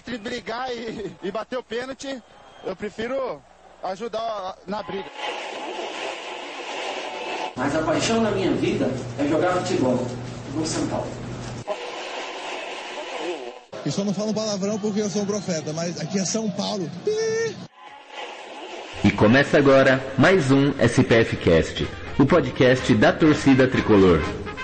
Entre brigar e bater o pênalti, eu prefiro ajudar na briga. Mas a paixão da minha vida é jogar futebol no São Paulo. Eu só não falo palavrão porque eu sou um profeta, mas aqui é São Paulo. E começa agora mais um SPF Cast, o podcast da torcida tricolor.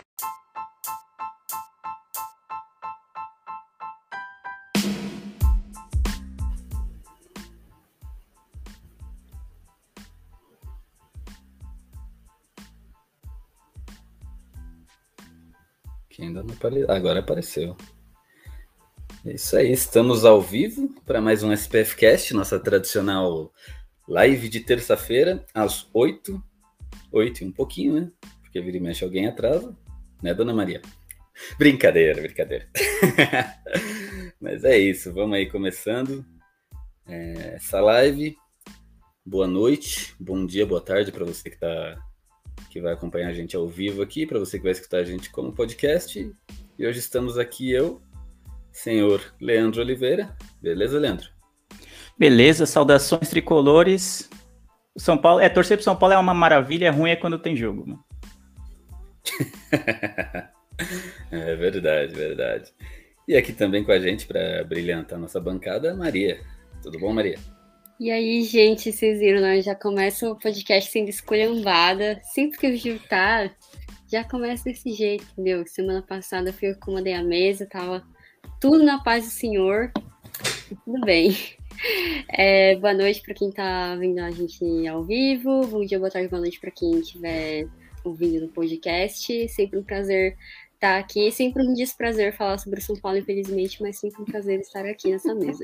Que ainda não apareceu. Agora apareceu. É isso aí, estamos ao vivo para mais um SPF Cast, nossa tradicional live de terça-feira, às 8 e um pouquinho, né? Porque vira e mexe alguém atrasa, né, Dona Maria? Brincadeira. Mas é isso, vamos aí começando essa live. Boa noite, bom dia, boa tarde para você que vai acompanhar a gente ao vivo aqui, para você que vai escutar a gente como podcast. E hoje estamos aqui eu, senhor Leandro Oliveira. Beleza, Leandro? Beleza, saudações tricolores. São Paulo, torcer pro São Paulo é uma maravilha, ruim é quando tem jogo, né? É verdade. E aqui também com a gente, para brilhantar nossa bancada, Maria. Tudo bom, Maria? E aí, gente, vocês viram, né? Já começa o podcast sendo esculhambada. Sempre que o Gil tá, já começa desse jeito, entendeu? Semana passada eu acomodei a mesa, tava tudo na paz do Senhor. Tudo bem. Boa noite para quem tá vendo a gente ao vivo. Bom dia, boa tarde, boa noite para quem estiver ouvindo no podcast. Sempre um prazer estar aqui. Sempre um desprazer falar sobre o São Paulo, infelizmente, mas sempre um prazer estar aqui nessa mesa.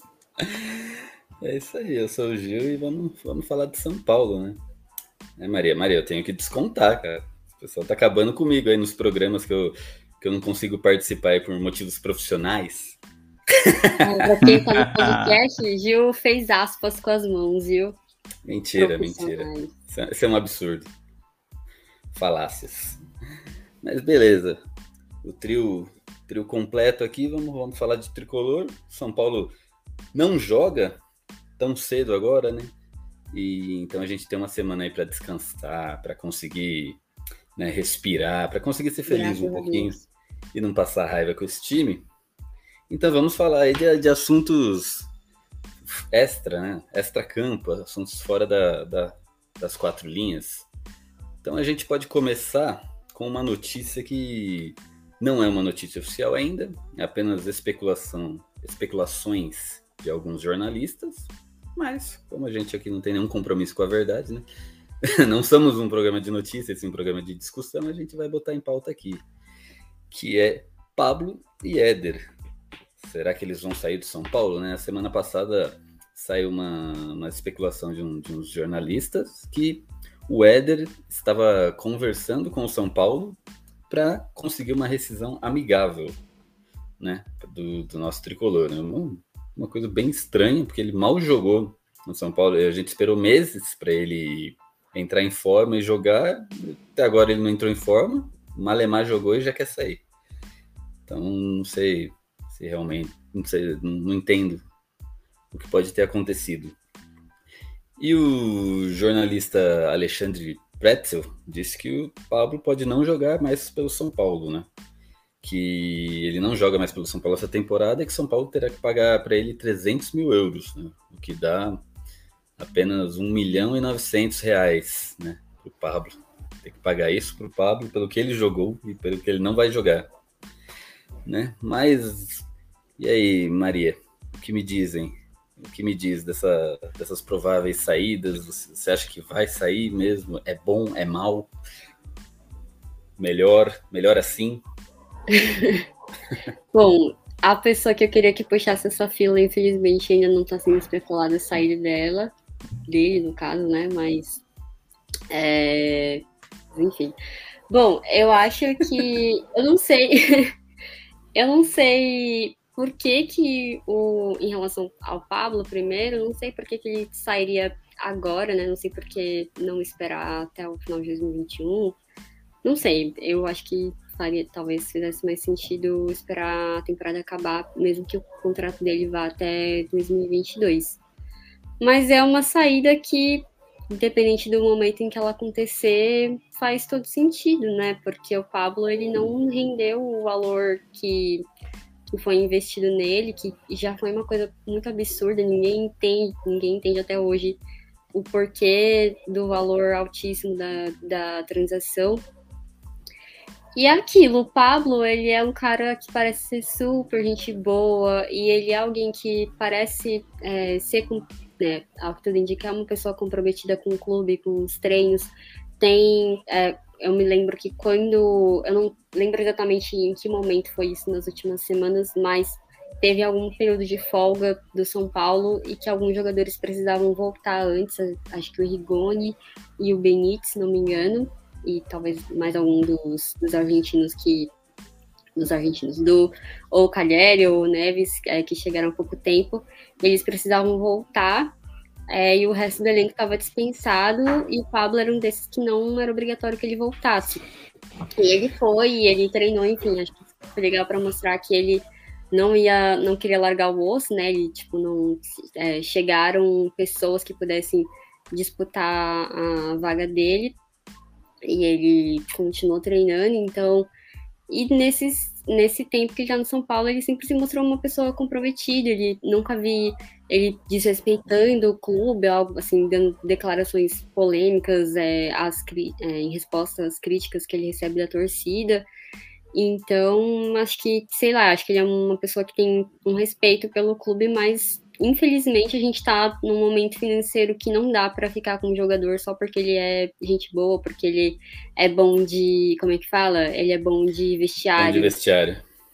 É isso aí, eu sou o Gil e vamos falar de São Paulo, né? Maria, eu tenho que descontar, cara. O pessoal tá acabando comigo aí nos programas que eu não consigo participar aí por motivos profissionais. Pra quem tá no podcast, Gil fez aspas com as mãos, viu? Mentira. Isso é um absurdo. Falácias. Mas beleza. O trio completo aqui, vamos falar de tricolor. São Paulo não joga tão cedo agora, né? E então a gente tem uma semana aí para descansar, para conseguir, né, respirar, para conseguir ser feliz um pouquinho e não passar raiva com esse time. Então vamos falar aí de assuntos extra, né? Extra-campo, assuntos fora das quatro linhas. Então a gente pode começar com uma notícia que não é uma notícia oficial ainda, é apenas especulações de alguns jornalistas, mas como a gente aqui não tem nenhum compromisso com a verdade, né? Não somos um programa de notícias, sim um programa de discussão, a gente vai botar em pauta aqui, que é Pablo e Éder. Será que eles vão sair do São Paulo, né? A semana passada saiu uma especulação de uns jornalistas que o Éder estava conversando com o São Paulo para conseguir uma rescisão amigável, né, do nosso tricolor, né? Uma coisa bem estranha, porque ele mal jogou no São Paulo. A gente esperou meses para ele entrar em forma e jogar. Até agora ele não entrou em forma. Malemar jogou e já quer sair. Então não sei se realmente, não entendo o que pode ter acontecido. E o jornalista Alexandre Pretzel disse que o Pablo pode não jogar mais pelo São Paulo, né? Que ele não joga mais pelo São Paulo essa temporada e que São Paulo terá que pagar para ele 300 mil euros, né? O que dá apenas 1.900.000, né, para o Pablo. Tem que pagar isso para o Pablo pelo que ele jogou e pelo que ele não vai jogar, né? Mas, e aí, Maria, o que me dizem? O que me diz dessas prováveis saídas? Você acha que vai sair mesmo? É bom? É mal? Melhor assim? Bom, a pessoa que eu queria que puxasse essa fila, infelizmente, ainda não está sendo especulada a saída dele, no caso, né? Mas, enfim. Bom, eu acho que... Eu não sei por que em relação ao Pablo, primeiro, eu não sei por que ele sairia agora, né? Não sei por que não esperar até o final de 2021. Não sei, eu acho que talvez fizesse mais sentido esperar a temporada acabar, mesmo que o contrato dele vá até 2022. Mas é uma saída que, independente do momento em que ela acontecer, faz todo sentido, né? Porque o Pablo, ele não rendeu o valor que foi investido nele, que já foi uma coisa muito absurda, ninguém entende até hoje o porquê do valor altíssimo da transação. E é aquilo, o Pablo, ele é um cara que parece ser super gente boa, e ele é alguém que parece ser, né, ao que tudo indica, é uma pessoa comprometida com o clube, com os treinos. Eu me lembro que eu não lembro exatamente em que momento foi isso nas últimas semanas, mas teve algum período de folga do São Paulo e que alguns jogadores precisavam voltar antes, acho que o Rigoni e o Benítez, se não me engano, e talvez mais algum dos argentinos ou o Calheri ou o Neves, que chegaram há pouco tempo, eles precisavam voltar, e o resto do elenco estava dispensado, e o Pablo era um desses que não era obrigatório que ele voltasse. E ele foi, e ele treinou, enfim, acho que foi legal para mostrar que ele não queria largar o osso, né? Ele, chegaram pessoas que pudessem disputar a vaga dele, e ele continuou treinando, então, e nesse tempo que ele tá no São Paulo, ele sempre se mostrou uma pessoa comprometida, nunca vi ele desrespeitando o clube, algo assim, dando declarações polêmicas em resposta às críticas que ele recebe da torcida. Então, acho que ele é uma pessoa que tem um respeito pelo clube, mas infelizmente a gente tá num momento financeiro que não dá para ficar com um jogador só porque ele é gente boa, porque ele é bom de, como é que fala? Ele é bom de vestiário. Bom de vestiário.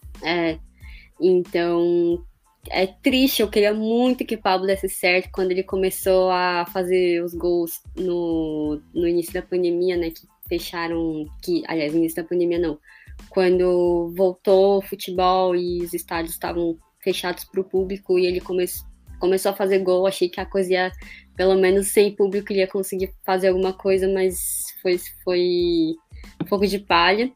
Então, é triste, eu queria muito que o Pablo desse certo quando ele começou a fazer os gols no início da pandemia, né, que fecharam, aliás, no início da pandemia não, quando voltou o futebol e os estádios estavam fechados para o público e ele começou a fazer gol, achei que a coisa ia, pelo menos sem público, ele ia conseguir fazer alguma coisa, mas foi um pouco de palha.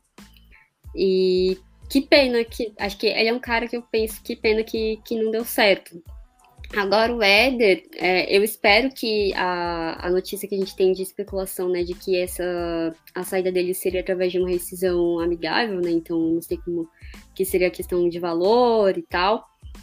E que pena, acho que ele é um cara que eu penso, que pena que não deu certo. Agora o Éder, eu espero que a notícia que a gente tem de especulação, né, de que a saída dele seria através de uma rescisão amigável, né, então não sei como que seria a questão de valor e tal.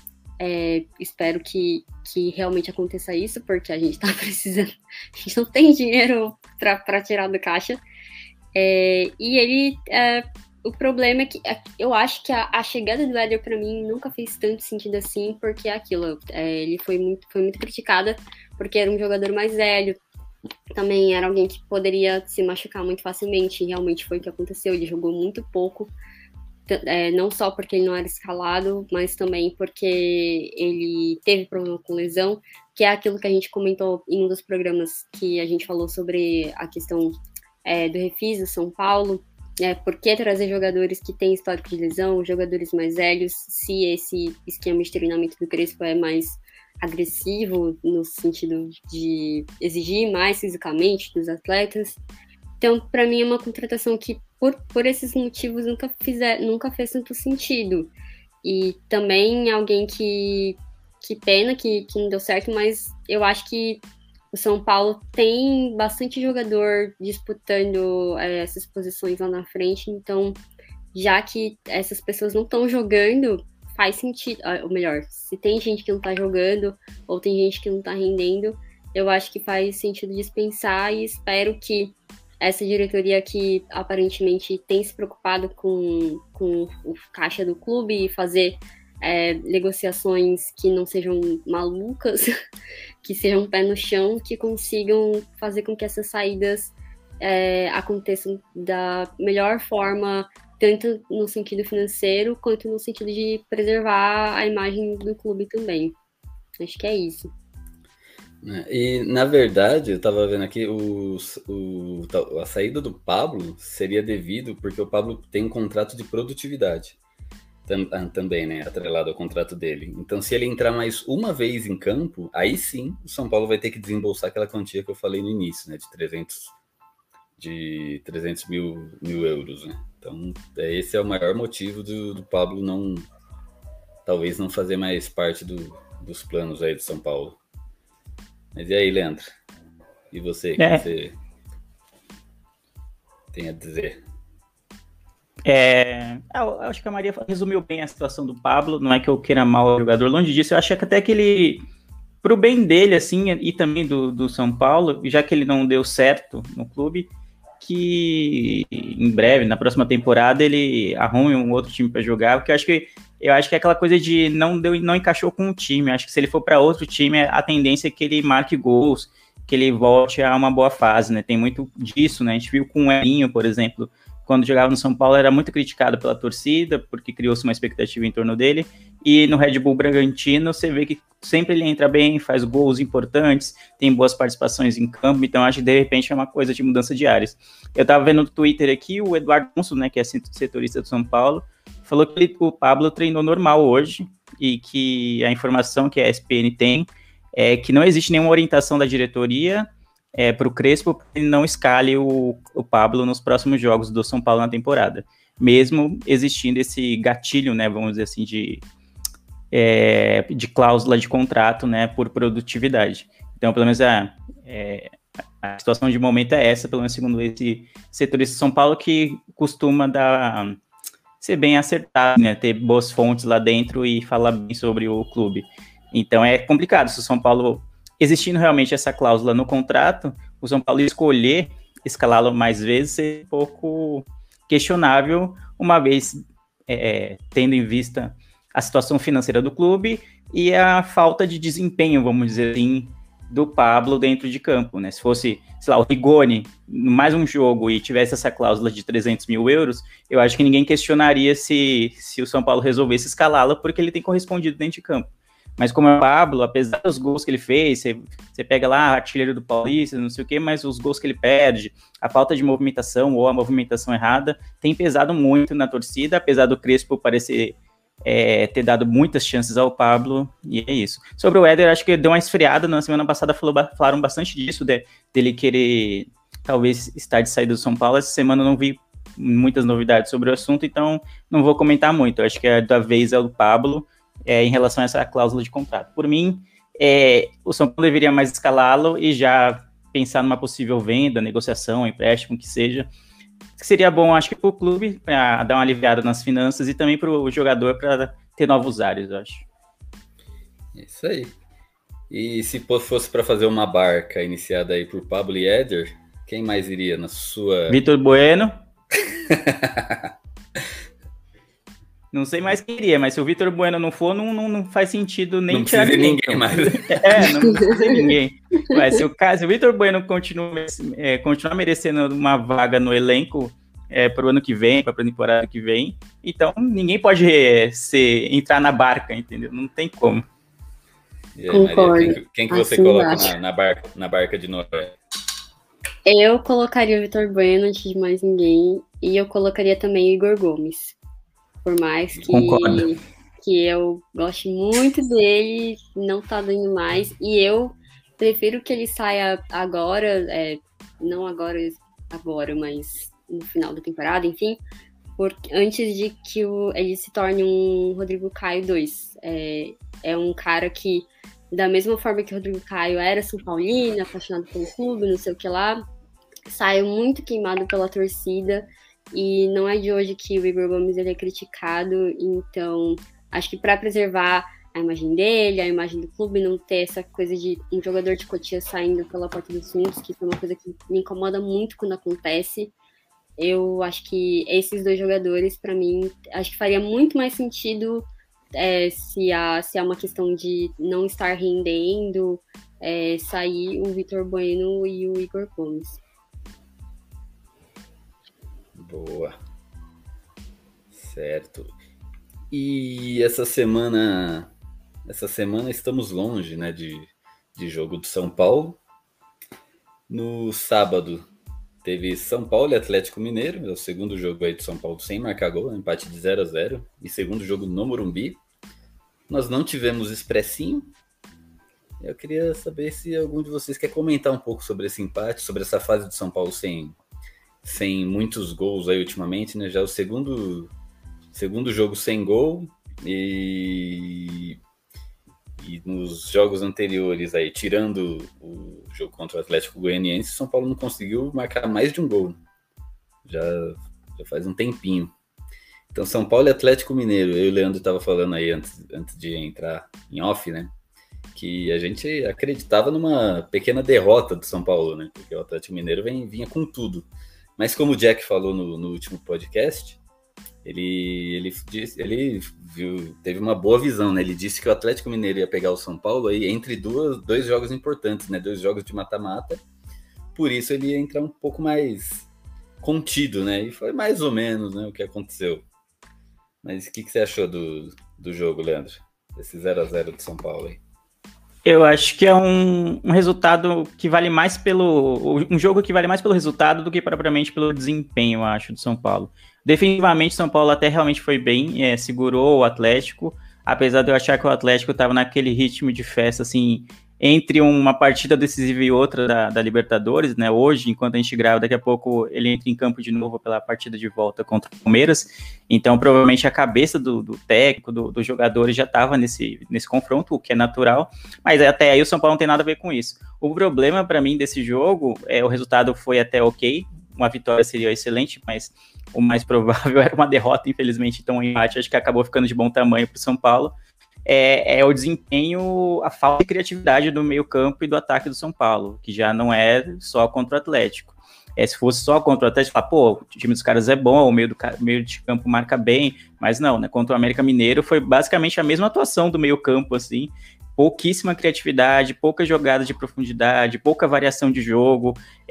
Espero que realmente aconteça isso, porque a gente tá precisando, a gente não tem dinheiro para tirar do caixa. E ele, o problema é que eu acho que a chegada do Éder para mim nunca fez tanto sentido assim, porque é aquilo, ele foi muito criticada, porque era um jogador mais velho, também era alguém que poderia se machucar muito facilmente, e realmente foi o que aconteceu, ele jogou muito pouco, não só porque ele não era escalado, mas também porque ele teve problema com lesão, que é aquilo que a gente comentou em um dos programas que a gente falou sobre a questão do refis do São Paulo. Por que trazer jogadores que têm histórico de lesão, jogadores mais velhos, se esse esquema de treinamento do Crespo é mais agressivo, no sentido de exigir mais fisicamente dos atletas. Então, para mim, é uma contratação que, por esses motivos, nunca fez tanto sentido. E também alguém que pena que não deu certo, mas eu acho que o São Paulo tem bastante jogador disputando essas posições lá na frente, então, já que essas pessoas não estão jogando, faz sentido, ou melhor, se tem gente que não está jogando, ou tem gente que não está rendendo, eu acho que faz sentido dispensar, e espero que essa diretoria que aparentemente tem se preocupado com o caixa do clube e fazer negociações que não sejam malucas, que sejam pé no chão, que consigam fazer com que essas saídas aconteçam da melhor forma, tanto no sentido financeiro, quanto no sentido de preservar a imagem do clube também. Acho que é isso. E, na verdade, eu estava vendo aqui, a saída do Pablo seria devido porque o Pablo tem um contrato de produtividade também, né, atrelado ao contrato dele. Então, se ele entrar mais uma vez em campo, aí sim o São Paulo vai ter que desembolsar aquela quantia que eu falei no início, né, de 300 de 300 mil euros, né? Então, esse é o maior motivo do Pablo talvez não fazer mais parte dos planos aí do São Paulo. Mas e aí, Leandro? E você? O que você tem a dizer? Eu acho que a Maria resumiu bem a situação do Pablo. Não é que eu queira mal o jogador, longe disso. Eu acho que até que ele, pro bem dele, assim, e também do São Paulo, já que ele não deu certo no clube, que em breve, na próxima temporada, ele arrume um outro time para jogar, porque eu acho que é aquela coisa de não encaixou com o time. Eu acho que se ele for para outro time, a tendência é que ele marque gols, que ele volte a uma boa fase, né? Tem muito disso, né? A gente viu com o Elinho, por exemplo, quando jogava no São Paulo, era muito criticado pela torcida, porque criou-se uma expectativa em torno dele, e no Red Bull Bragantino, você vê que sempre ele entra bem, faz gols importantes, tem boas participações em campo, então acho que de repente é uma coisa de mudança de áreas. Eu tava vendo no Twitter aqui, o Eduardo Alonso, né, que é setorista do São Paulo, falou que o Pablo treinou normal hoje, e que a informação que a ESPN tem é que não existe nenhuma orientação da diretoria para o Crespo, para ele não escale o Pablo nos próximos jogos do São Paulo na temporada, mesmo existindo esse gatilho, né, vamos dizer assim, de cláusula de contrato, né, por produtividade. Então, pelo menos a situação de momento é essa, pelo menos segundo esse setorista de São Paulo, que costuma ser bem acertado, né, ter boas fontes lá dentro e falar bem sobre o clube. Então é complicado, se o São Paulo, existindo realmente essa cláusula no contrato, o São Paulo escolher escalá-lo mais vezes é um pouco questionável, uma vez tendo em vista a situação financeira do clube e a falta de desempenho, vamos dizer assim, do Pablo dentro de campo, né? Se fosse, sei lá, o Rigoni, mais um jogo e tivesse essa cláusula de 300 mil euros, eu acho que ninguém questionaria se o São Paulo resolvesse escalá-lo, porque ele tem correspondido dentro de campo. Mas como é o Pablo, apesar dos gols que ele fez, você pega lá, artilheiro do Paulista, não sei o quê, mas os gols que ele perde, a falta de movimentação ou a movimentação errada, tem pesado muito na torcida, apesar do Crespo parecer ter dado muitas chances ao Pablo, e é isso. Sobre o Éder, acho que deu uma esfriada, na semana passada falaram bastante disso, dele querer talvez estar de saída do São Paulo. Essa semana eu não vi muitas novidades sobre o assunto, então não vou comentar muito. Eu acho que da vez é o Pablo, em relação a essa cláusula de contrato. Por mim, o São Paulo deveria mais escalá-lo e já pensar numa possível venda, negociação, empréstimo, que seja. Que seria bom, acho que para o clube, para dar uma aliviada nas finanças e também para o jogador, para ter novos ares, eu acho. Isso aí. E se fosse para fazer uma barca iniciada aí por Pablo e Éder, quem mais iria na sua... Vitor Bueno. Não sei mais quem iria, mas se o Vitor Bueno não for, não faz sentido nem tirar ninguém mais. Não precisa ninguém. Mas se o Vitor Bueno continuar merecendo uma vaga no elenco para o ano que vem, para a temporada que vem, então ninguém pode entrar na barca, entendeu? Não tem como. E aí, Maria, quem que você coloca na barca de Noé? Eu colocaria o Vitor Bueno antes de mais ninguém, e eu colocaria também o Igor Gomes. Por mais que eu goste muito dele, não tá dando mais. E eu prefiro que ele saia agora, não agora, mas no final da temporada, enfim, antes de que ele se torne um Rodrigo Caio 2. É um cara que, da mesma forma que o Rodrigo Caio era São Paulino, apaixonado pelo clube, não sei o que lá, saiu muito queimado pela torcida. E não é de hoje que o Igor Gomes ele é criticado, então acho que para preservar a imagem dele, a imagem do clube, não ter essa coisa de um jogador de Cotia saindo pela porta dos fundos, que foi uma coisa que me incomoda muito quando acontece. Eu acho que esses dois jogadores, para mim, acho que faria muito mais sentido se é uma questão de não estar rendendo, sair o Vitor Bueno e o Igor Gomes. Boa. Certo. E essa semana estamos longe, né, de jogo do São Paulo. No sábado teve São Paulo e Atlético Mineiro, é o segundo jogo aí do São Paulo sem marcar gol, empate de 0-0, e segundo jogo no Morumbi. Nós não tivemos expressinho. Eu queria saber se algum de vocês quer comentar um pouco sobre esse empate, sobre essa fase do São Paulo sem sem muitos gols aí ultimamente, né? Já o segundo jogo sem gol e nos jogos anteriores aí, tirando o jogo contra o Atlético Goianiense, São Paulo não conseguiu marcar mais de um gol. Já faz um tempinho. Então, São Paulo e Atlético Mineiro, eu e o Leandro estava falando aí antes de entrar em off, né? Que a gente acreditava numa pequena derrota do São Paulo, né? Porque o Atlético Mineiro vinha com tudo. Mas como o Jack falou no último podcast, ele teve uma boa visão, né? Ele disse que o Atlético Mineiro ia pegar o São Paulo aí entre dois jogos importantes, né? 2 jogos de mata-mata. Por isso ele ia entrar um pouco mais contido, né? E foi mais ou menos, né, o que aconteceu. Mas o que você achou do jogo, Leandro? Esse 0-0 de São Paulo aí. Eu acho que é um resultado que vale mais um jogo que vale mais pelo resultado do que propriamente pelo desempenho, eu acho, do São Paulo. Definitivamente, São Paulo até realmente foi bem, segurou o Atlético, apesar de eu achar que o Atlético estava naquele ritmo de festa, assim, entre uma partida decisiva e outra da Libertadores, né? Hoje, enquanto a gente grava, daqui a pouco ele entra em campo de novo pela partida de volta contra o Palmeiras. Então, provavelmente a cabeça do técnico, dos jogadores já estava nesse confronto, o que é natural. Mas até aí o São Paulo não tem nada a ver com isso. O problema para mim desse jogo, o resultado foi até ok. Uma vitória seria excelente, mas o mais provável era uma derrota, infelizmente. Então, o empate acho que acabou ficando de bom tamanho para o São Paulo. É o desempenho, a falta de criatividade do meio-campo e do ataque do São Paulo, que já não é só contra o Atlético. Se fosse só contra o Atlético, fala, o time dos caras é bom, o meio de campo marca bem, mas não, né? Contra o América Mineiro foi basicamente a mesma atuação do meio-campo, assim, pouquíssima criatividade, pouca jogada de profundidade, pouca variação de jogo,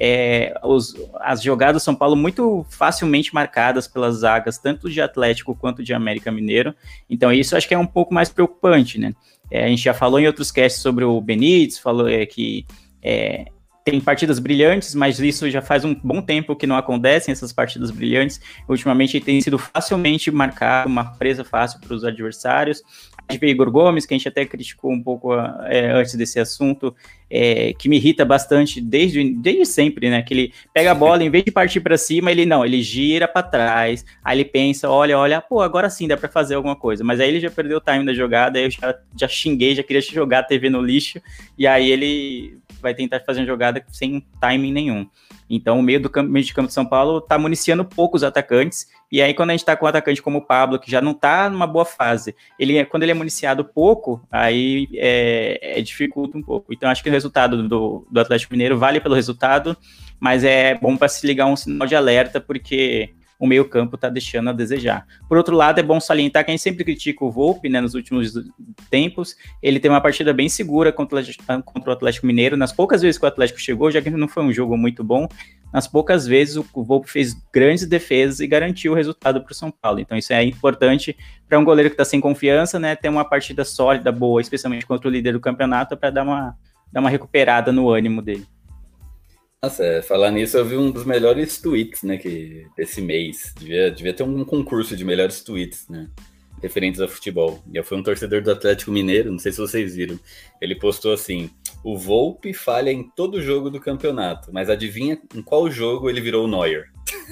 as jogadas do São Paulo muito facilmente marcadas pelas zagas, tanto de Atlético quanto de América Mineiro, então isso acho que é um pouco mais preocupante, né? A gente já falou em outros casts sobre o Benítez, falou que tem partidas brilhantes, mas isso já faz um bom tempo que não acontecem essas partidas brilhantes. Ultimamente ele tem sido facilmente marcado, uma presa fácil para os adversários. A gente vê Igor Gomes, que a gente até criticou um pouco antes desse assunto, que me irrita bastante desde sempre, né? Que ele pega a bola, em vez de partir para cima, ele gira para trás, aí ele pensa, olha, agora sim dá para fazer alguma coisa. Mas aí ele já perdeu o time da jogada, aí eu já xinguei, já queria jogar a TV no lixo, e aí ele vai tentar fazer uma jogada sem timing nenhum. Então o meio de campo de São Paulo tá municiando poucos atacantes, e aí quando a gente tá com um atacante como o Pablo, que já não tá numa boa fase, quando ele é municiado pouco, aí dificulta um pouco. Então acho que o resultado do Atlético Mineiro vale pelo resultado, mas é bom para se ligar um sinal de alerta, porque o meio-campo está deixando a desejar. Por outro lado, é bom salientar que a gente sempre critica o Volpi, né, nos últimos tempos. Ele tem uma partida bem segura contra o Atlético Mineiro. Nas poucas vezes que o Atlético chegou, já que não foi um jogo muito bom, nas poucas vezes o Volpi fez grandes defesas e garantiu o resultado para o São Paulo. Então isso é importante para um goleiro que está sem confiança, né, ter uma partida sólida, boa, especialmente contra o líder do campeonato, para dar uma recuperada no ânimo dele. Nossa, falar nisso, eu vi um dos melhores tweets, né, desse mês. Devia ter um concurso de melhores tweets, né, referentes a futebol. E foi um torcedor do Atlético Mineiro, não sei se vocês viram. Ele postou assim: o Volpi falha em todo jogo do campeonato, mas adivinha em qual jogo ele virou o Neuer?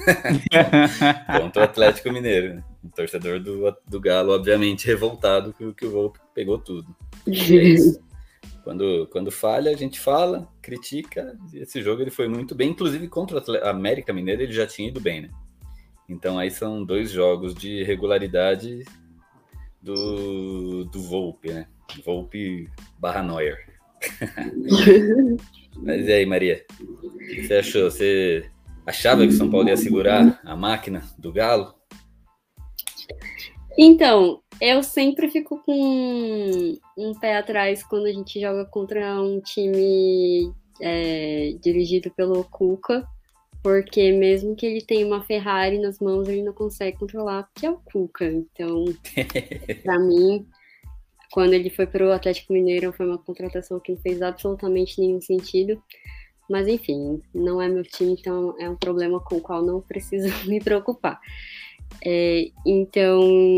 Contra o Atlético Mineiro, né? O torcedor do Galo, obviamente, revoltado que o Volpi pegou tudo. E é isso. Quando falha, a gente fala, critica. Esse jogo ele foi muito bem, inclusive contra o América Mineiro ele já tinha ido bem, né? Então aí são 2 jogos de regularidade do Volpi, né? Volpi / Neuer. Mas e aí, Maria? O que você achou? Você achava que o São Paulo ia segurar a máquina do Galo? Então, eu sempre fico com um pé atrás quando a gente joga contra um time dirigido pelo Cuca, porque mesmo que ele tenha uma Ferrari nas mãos, ele não consegue controlar, porque é o Cuca. Então, para mim, quando ele foi para o Atlético Mineiro, foi uma contratação que não fez absolutamente nenhum sentido. Mas, enfim, não é meu time, então é um problema com o qual não preciso me preocupar. Então,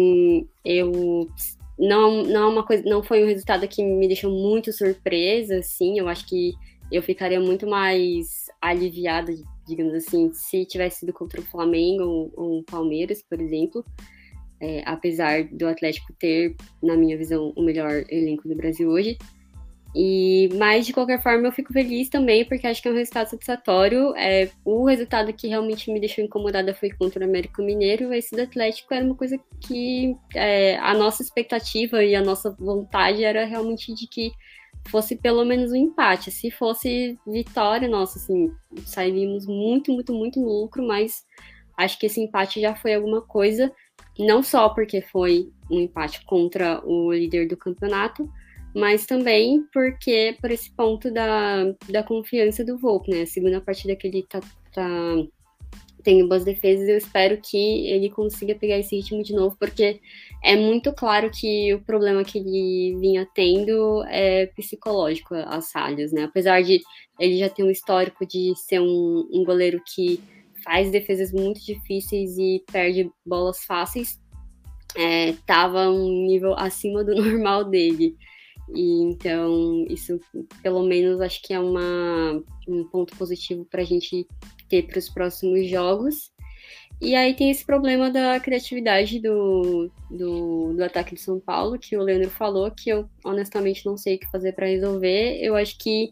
não foi um resultado que me deixou muito surpresa, assim. Eu acho que eu ficaria muito mais aliviada digamos assim, se tivesse sido contra o Flamengo ou o Palmeiras, por exemplo, apesar do Atlético ter, na minha visão, o melhor elenco do Brasil hoje. Mas, de qualquer forma, eu fico feliz também, porque acho que é um resultado satisfatório. O resultado que realmente me deixou incomodada foi contra o América Mineiro. Esse do Atlético era uma coisa que a nossa expectativa e a nossa vontade era realmente de que fosse pelo menos um empate. Se fosse vitória, nossa, assim, sairíamos muito, muito, muito no lucro, mas acho que esse empate já foi alguma coisa, não só porque foi um empate contra o líder do campeonato, mas também porque por esse ponto da confiança do Volpi, né? A segunda partida que ele tem boas defesas, eu espero que ele consiga pegar esse ritmo de novo, porque é muito claro que o problema que ele vinha tendo é psicológico, as falhas, né? Apesar de ele já ter um histórico de ser um goleiro que faz defesas muito difíceis e perde bolas fáceis, tava um nível acima do normal dele. E então, isso pelo menos acho que é um ponto positivo para a gente ter para os próximos jogos. E aí tem esse problema da criatividade do ataque de São Paulo, que o Leandro falou, que eu honestamente não sei o que fazer para resolver. Eu acho que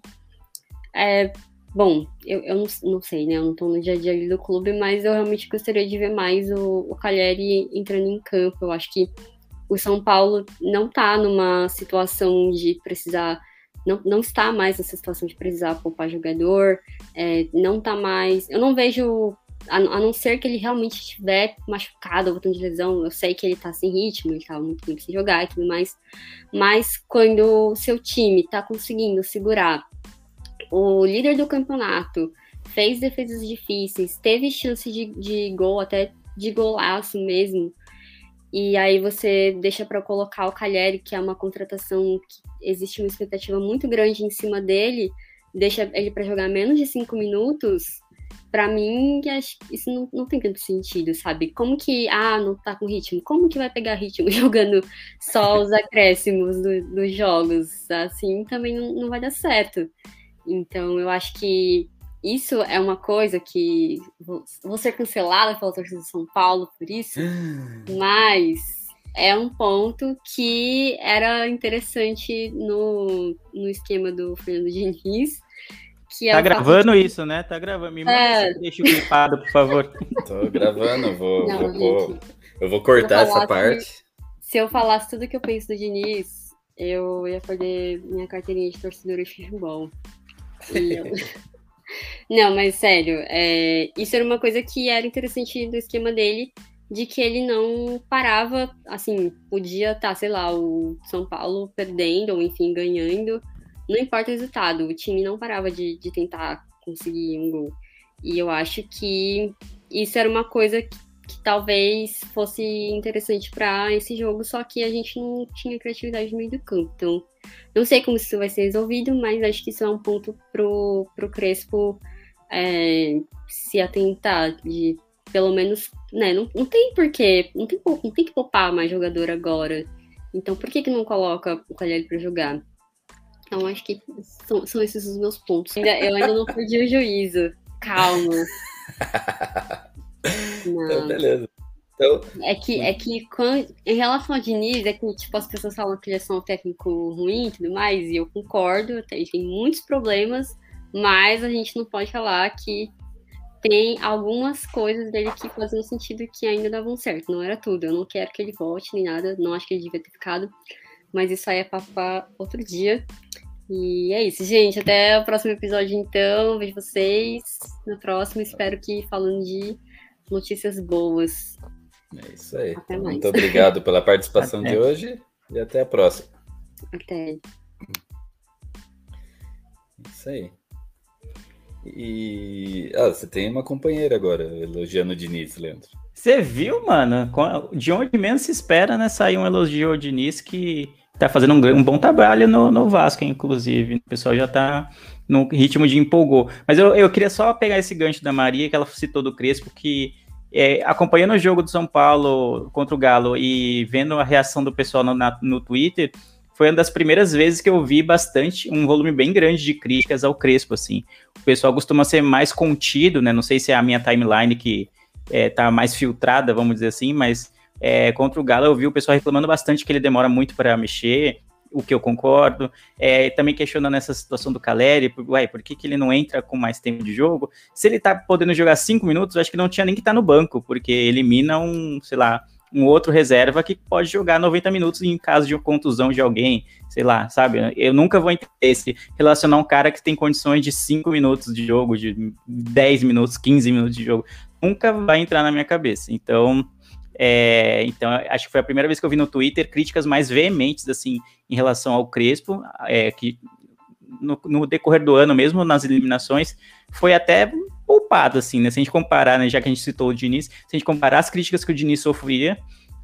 bom, eu não sei, né? Eu não estou no dia a dia ali do clube, mas eu realmente gostaria de ver mais o Calleri entrando em campo. Eu acho que o São Paulo não está numa situação de precisar, não está mais nessa situação de precisar poupar jogador, não está mais. Eu não vejo, a não ser que ele realmente estiver machucado ou voltando de lesão. Eu sei que ele está sem ritmo, ele estava muito tempo sem jogar e tudo mais, mas quando o seu time está conseguindo segurar o líder do campeonato, fez defesas difíceis, teve chance de gol, até de golaço mesmo, e aí você deixa para colocar o Calleri, que é uma contratação que existe uma expectativa muito grande em cima dele, deixa ele para jogar menos de 5 minutos, para mim isso não tem tanto sentido, sabe? Como que, não tá com ritmo? Como que vai pegar ritmo jogando só os acréscimos dos jogos? Assim também não vai dar certo. Então eu acho que isso é uma coisa que vou ser cancelada pela torcida de São Paulo por isso, mas é um ponto que era interessante no esquema do Fernando Diniz. Que tá gravando isso, né? Tá gravando. Me manda deixa o clipado, por favor. Tô gravando, eu vou cortar essa parte. Se eu falasse tudo que eu penso do Diniz, eu ia perder minha carteirinha de torcedora de futebol. Não, mas sério, isso era uma coisa que era interessante do esquema dele, de que ele não parava, assim, podia estar, sei lá, o São Paulo perdendo, ou enfim, ganhando, não importa o resultado, o time não parava de tentar conseguir um gol. E eu acho que isso era uma coisa que talvez fosse interessante para esse jogo, só que a gente não tinha criatividade no meio do campo. Então, não sei como isso vai ser resolvido, mas acho que isso é um ponto pro Crespo se atentar, de pelo menos, né, não tem porquê, não tem que poupar mais jogador agora. Então, por que não coloca o Calleri para jogar? Então, acho que são esses os meus pontos. Eu ainda não perdi o juízo. Calma. Não. Então, beleza. Então... É que em relação ao Diniz, tipo, as pessoas falam que ele é só um técnico ruim e tudo mais, e eu concordo, ele tem muitos problemas, mas a gente não pode falar que tem algumas coisas dele que faziam sentido que ainda davam certo. Não era tudo. Eu não quero que ele volte nem nada, não acho que ele devia ter ficado, mas isso aí é papo para outro dia. E é isso, gente. Até o próximo episódio, então. Vejo vocês no próximo. Espero que falando de notícias boas. É isso aí. Até mais. Muito obrigado pela participação de hoje e até a próxima. Até. Isso aí. E você tem uma companheira agora elogiando o Diniz, Leandro. Você viu, mano? De onde menos se espera, né? Sair um elogio ao Diniz, que tá fazendo um bom trabalho no Vasco, inclusive. O pessoal já tá no ritmo de empolgou. Mas eu queria só pegar esse gancho da Maria, que ela citou do Crespo, que acompanhando o jogo do São Paulo contra o Galo e vendo a reação do pessoal no Twitter, foi uma das primeiras vezes que eu vi um volume bem grande de críticas ao Crespo, assim. O pessoal costuma ser mais contido, né? Não sei se é a minha timeline que tá mais filtrada, vamos dizer assim, mas contra o Galo eu vi o pessoal reclamando bastante que ele demora muito para mexer, o que eu concordo. Também questionando essa situação do Caleri, por que ele não entra com mais tempo de jogo? Se ele tá podendo jogar 5 minutos, eu acho que não tinha nem que estar no banco, porque elimina um outro reserva que pode jogar 90 minutos em caso de contusão de alguém, sei lá, sabe? Eu nunca vou entender se relacionar um cara que tem condições de 5 minutos de jogo, de 10 minutos, 15 minutos de jogo. Nunca vai entrar na minha cabeça. Então, acho que foi a primeira vez que eu vi no Twitter críticas mais veementes, assim, em relação ao Crespo, que no decorrer do ano mesmo, nas eliminações, foi até poupado, assim, né? Se a gente comparar, né, já que a gente citou o Diniz, se a gente comparar as críticas que o Diniz sofria,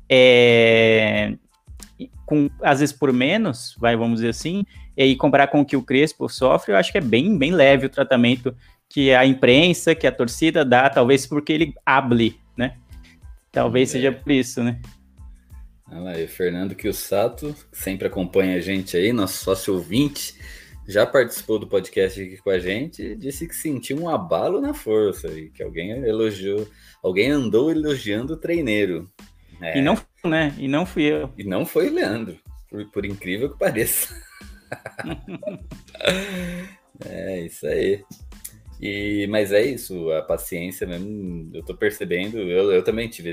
às vezes por menos, vamos dizer assim, e comparar com o que o Crespo sofre, eu acho que é bem, bem leve o tratamento que a imprensa, que a torcida dá, talvez porque ele hable, né? Talvez seja por isso, né? Olha lá, e o Fernando Kiyossato, que sempre acompanha a gente aí, nosso sócio ouvinte, já participou do podcast aqui com a gente e disse que sentiu um abalo na força e que alguém andou elogiando o treineiro. E não, né? E não fui eu. E não foi o Leandro, por incrível que pareça. Isso aí. Mas é isso, a paciência mesmo, eu tô percebendo, eu também tive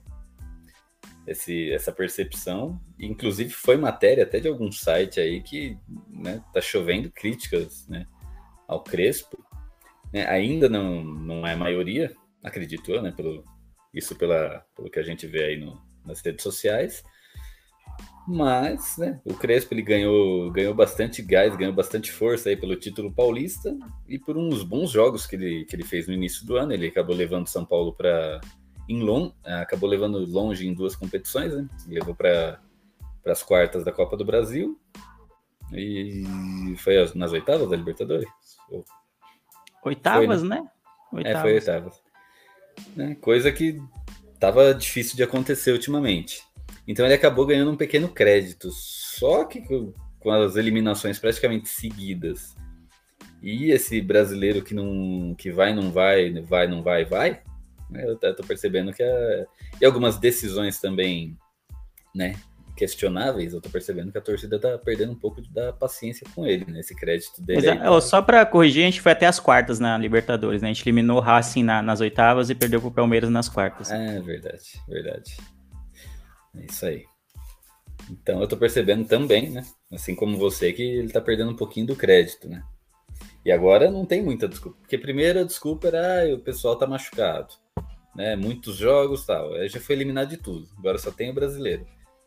essa percepção, inclusive foi matéria até de algum site aí que, né, tá chovendo críticas, né, ao Crespo, né, ainda não é a maioria, acredito eu, né, pelo que a gente vê aí nas redes sociais, mas, né, o Crespo ele ganhou bastante gás, ganhou bastante força aí pelo título paulista e por uns bons jogos que ele fez no início do ano. Ele acabou levando São Paulo acabou levando longe em 2 competições, né? Levou para as quartas da Copa do Brasil e foi nas oitavas da Libertadores. Oitavas, foi, né? Oitavas. Foi oitavas. Né? Coisa que tava difícil de acontecer ultimamente. Então ele acabou ganhando um pequeno crédito, só que com as eliminações praticamente seguidas e esse brasileiro que vai, não vai, né, eu tô percebendo que e algumas decisões também, né, questionáveis, eu tô percebendo que a torcida tá perdendo um pouco da paciência com ele, né, esse crédito dele. Só para corrigir, a gente foi até as quartas na Libertadores, né, a gente eliminou o Racing nas oitavas e perdeu pro Palmeiras nas quartas. Verdade. É isso aí. Então eu tô percebendo também, né? Assim como você, que ele tá perdendo um pouquinho do crédito, né? E agora não tem muita desculpa. Porque a primeira desculpa era o pessoal tá machucado, né? Muitos jogos e tal. Aí já foi eliminado de tudo. Agora só tem o brasileiro.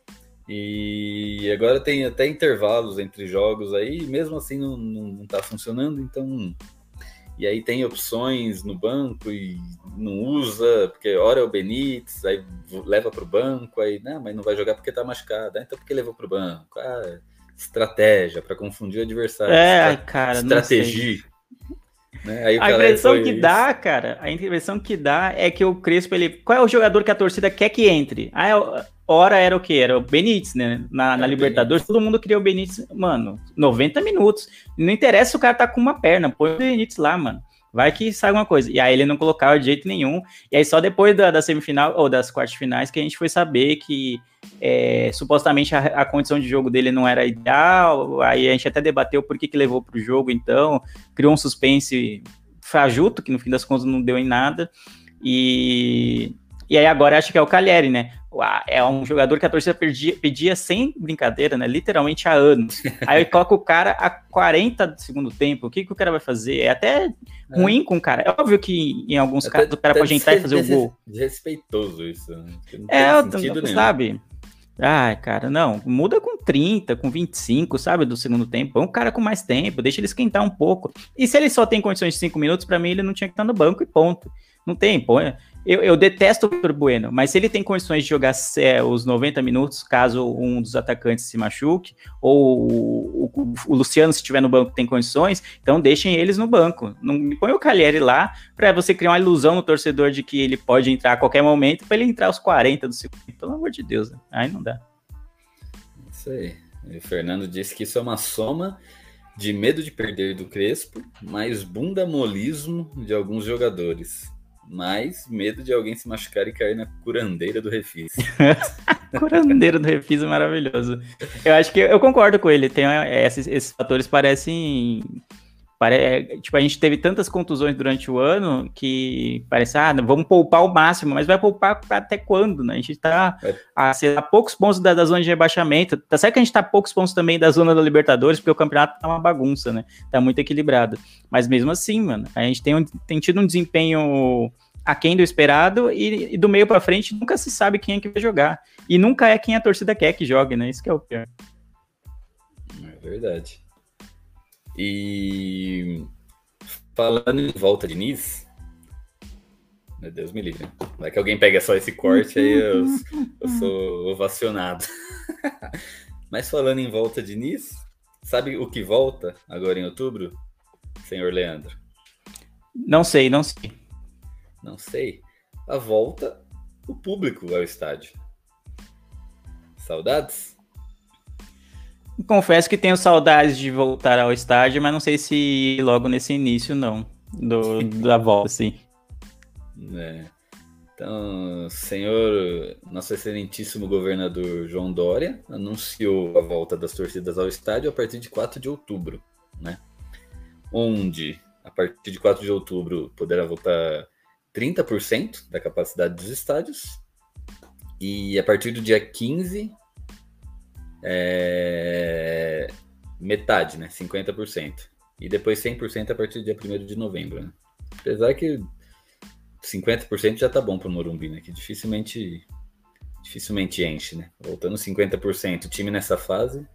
E agora tem até intervalos entre jogos aí, e mesmo assim não tá funcionando, então. E aí tem opções no banco e não usa, porque hora é o Benítez, aí leva para o banco, aí mas não vai jogar porque tá machucado, então por que levou para o banco? Estratégia, para confundir o adversário. Cara, estratégia. Né? Aí a impressão que dá é que o Crespo, qual é o jogador que a torcida quer que entre? Ora era o quê? Era o Benítez, né? Na Libertadores, Benítez. Todo mundo queria o Benítez, mano, 90 minutos. Não interessa se o cara tá com uma perna, põe o Benítez lá, mano. Vai que sai alguma coisa. E aí ele não colocava de jeito nenhum. E aí só depois da semifinal, ou das quartas finais, que a gente foi saber que supostamente a condição de jogo dele não era ideal. Aí a gente até debateu por que levou pro jogo, então. Criou um suspense fajuto, que no fim das contas não deu em nada. E aí agora acho que é o Caleri, né? É um jogador que a torcida pedia sem brincadeira, né? Literalmente há anos. Aí coloca o cara a 40 do segundo tempo. O que o cara vai fazer? É até ruim com o cara. É óbvio que em alguns casos o cara pode entrar e fazer o gol. Desrespeitoso isso. Né? Não tem sentido nenhum. Sabe? Cara, não. Muda com 30, com 25, sabe? Do segundo tempo. Põe um cara com mais tempo. Deixa ele esquentar um pouco. E se ele só tem condições de 5 minutos, pra mim ele não tinha que estar no banco e ponto. Não tem, põe. Eu detesto o Vitor Bueno, mas se ele tem condições de jogar os 90 minutos, caso um dos atacantes se machuque, ou o Luciano, se estiver no banco, tem condições, então deixem eles no banco. Não me põe o Caleri lá para você criar uma ilusão no torcedor de que ele pode entrar a qualquer momento, para ele entrar aos 40 do segundo. Pelo amor de Deus, né? Aí não dá. Isso aí. E o Fernando disse que isso é uma soma de medo de perder do Crespo, mais bunda molismo de alguns jogadores, mais medo de alguém se machucar e cair na curandeira do Refis. Curandeiro do Refis é maravilhoso. Eu acho que eu concordo com ele. Esses fatores parecem. Tipo, a gente teve tantas contusões durante o ano que parece, vamos poupar o máximo, mas vai poupar até quando, né? A gente tá a poucos pontos da zona de rebaixamento. Tá certo que a gente tá a poucos pontos também da zona da Libertadores, porque o campeonato tá uma bagunça, né? Tá muito equilibrado. Mas mesmo assim, mano, a gente tem tido um desempenho aquém do esperado e do meio pra frente nunca se sabe quem é que vai jogar. E nunca é quem a torcida quer que jogue, né? Isso que é o pior. É verdade. E falando em volta de Diniz, meu Deus me livre, vai que alguém pega só esse corte aí eu sou ovacionado. Mas falando em volta de Diniz, sabe o que volta agora em outubro, senhor Leandro? Não sei. Não sei. A volta o público ao estádio. Saudades? Confesso que tenho saudades de voltar ao estádio, mas não sei se ir logo nesse início, não, da volta, sim. Então, senhor, nosso excelentíssimo governador João Dória anunciou a volta das torcidas ao estádio a partir de 4 de outubro, né? Onde, a partir de 4 de outubro, poderá voltar 30% da capacidade dos estádios e a partir do dia 15... metade, né? 50%. E depois 100% a partir do dia 1º de novembro, né? Apesar que 50% já tá bom pro Morumbi, né? Que dificilmente enche, né? Voltando 50%, o time nessa fase...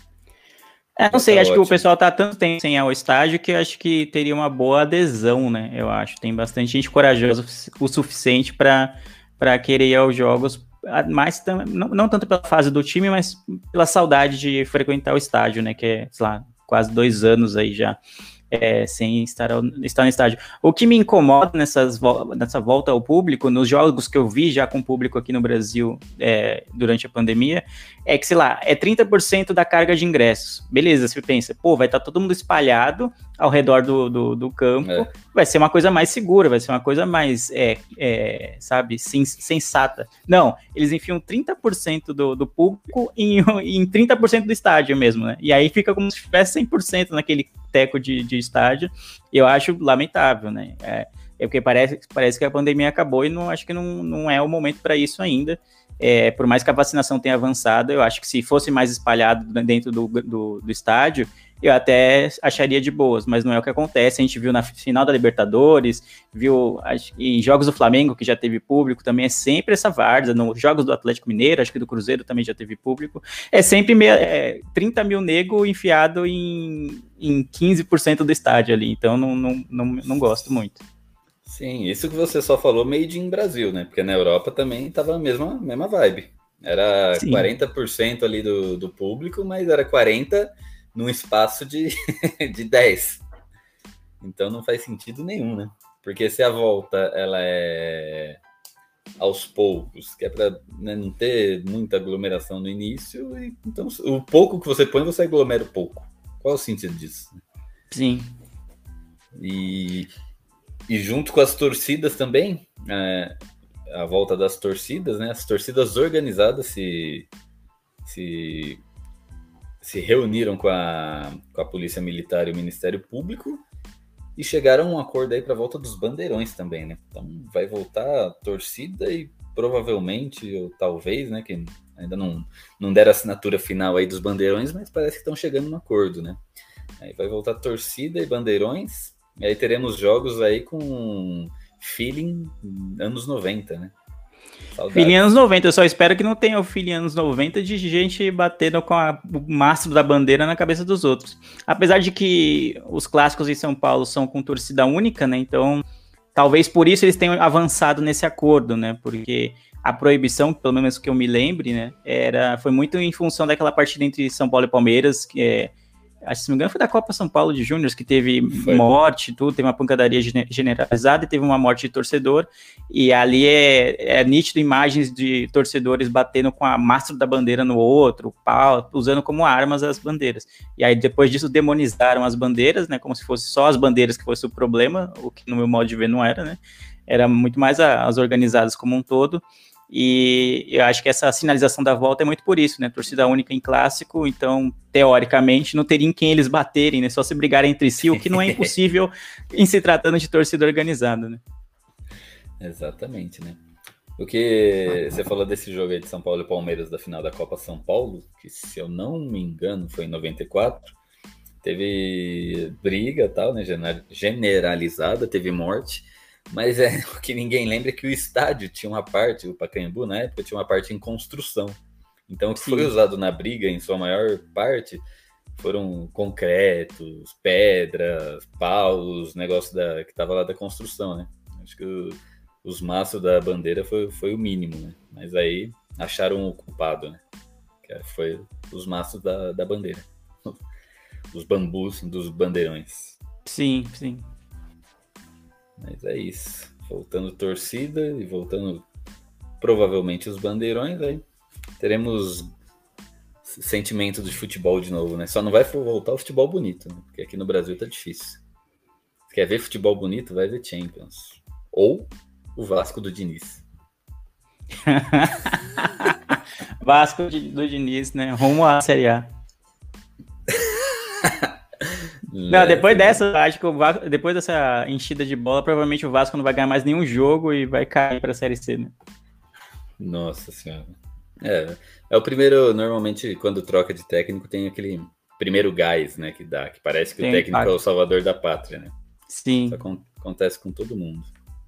não sei, tá acho ótimo. Que o pessoal tá tanto tempo sem ir ao estádio que eu acho que teria uma boa adesão, né? Eu acho. Tem bastante gente corajosa o suficiente para querer ir aos jogos, mas não tanto pela fase do time, mas pela saudade de frequentar o estádio, né? Que é, sei lá, quase 2 anos aí já sem estar no estádio. O que me incomoda nessa volta ao público, nos jogos que eu vi já com público aqui no Brasil durante a pandemia, é que, sei lá, é 30% da carga de ingressos. Beleza, você pensa, vai estar todo mundo espalhado ao redor do campo, vai ser uma coisa mais segura, vai ser uma coisa mais, sabe, sensata. Não, eles enfiam 30% do público em 30% do estádio mesmo, né? E aí fica como se tivesse 100% naquele teco de estádio, e eu acho lamentável, né? Porque parece que a pandemia acabou e acho que não é o momento para isso ainda. Por mais que a vacinação tenha avançado, eu acho que se fosse mais espalhado dentro do estádio, eu até acharia de boas, mas não é o que acontece. A gente viu na final da Libertadores, viu em jogos do Flamengo, que já teve público, também é sempre essa várzea. Nos jogos do Atlético Mineiro, acho que do Cruzeiro também já teve público. É sempre 30 mil nego enfiado em 15% do estádio ali, então não gosto muito. Sim, isso que você só falou made in Brasil, né? Porque na Europa também tava a mesma vibe. Era Sim. 40% ali do público, mas era 40% num espaço de 10. Então não faz sentido nenhum, né? Porque se a volta ela é aos poucos, que é para não ter muita aglomeração no início, então o pouco que você põe, você aglomera pouco. Qual é o sentido disso? Sim. E junto com as torcidas também, a volta das torcidas, né? As torcidas organizadas se reuniram com a Polícia Militar e o Ministério Público e chegaram a um acordo aí para a volta dos bandeirões também, né? Então vai voltar a torcida e provavelmente, ou talvez, né? Que ainda não deram a assinatura final aí dos bandeirões, mas parece que estão chegando no acordo, né? Aí vai voltar torcida e bandeirões. E aí teremos jogos aí com feeling anos 90, né? Saudades. Feeling anos 90, eu só espero que não tenha o feeling anos 90 de gente batendo com o mastro da bandeira na cabeça dos outros. Apesar de que os clássicos em São Paulo são com torcida única, né? Então, talvez por isso eles tenham avançado nesse acordo, né? Porque a proibição, pelo menos que eu me lembre, né? Foi muito em função daquela partida entre São Paulo e Palmeiras, acho que se não me engano foi da Copa São Paulo de Júniors, que teve morte, tudo, teve uma pancadaria generalizada e teve uma morte de torcedor, e ali é nítido imagens de torcedores batendo com a mastro da bandeira no outro, pau, usando como armas as bandeiras. E aí depois disso demonizaram as bandeiras, né, como se fosse só as bandeiras que fosse o problema, o que no meu modo de ver não era, né, era muito mais as organizadas como um todo. E eu acho que essa sinalização da volta é muito por isso, né? Torcida única em clássico, então, teoricamente, não teria em quem eles baterem, né? Só se brigarem entre si, o que não é impossível em se tratando de torcida organizada, né? Exatamente, né? O que você falou desse jogo aí de São Paulo e Palmeiras da final da Copa São Paulo, que se eu não me engano foi em 94, teve briga e tal, né? Generalizada, teve morte. Mas o que ninguém lembra é que o estádio tinha uma parte, o Pacaembu na época tinha uma parte em construção. Então o que foi usado na briga, em sua maior parte, foram concretos, pedras, paus, negócio que estava lá da construção, né? Acho que os maços da bandeira foi o mínimo, né? Mas aí acharam o culpado, né? Que foi os maços da bandeira. Os bambus dos bandeirões. Sim, sim. Mas é isso. Voltando torcida e voltando provavelmente os bandeirões, aí teremos sentimento de futebol de novo, né? Só não vai voltar o futebol bonito, né? Porque aqui no Brasil tá difícil. Se quer ver futebol bonito, vai ver Champions. Ou o Vasco do Diniz. Vasco do Diniz, né? Rumo à Série A. Não, depois dessa, acho que depois dessa enchida de bola, provavelmente o Vasco não vai ganhar mais nenhum jogo e vai cair para a Série C, né? Nossa Senhora. É o primeiro, normalmente, quando troca de técnico, tem aquele primeiro gás, né, que dá, que parece que o técnico é o salvador da pátria, né? Sim. Isso acontece com todo mundo.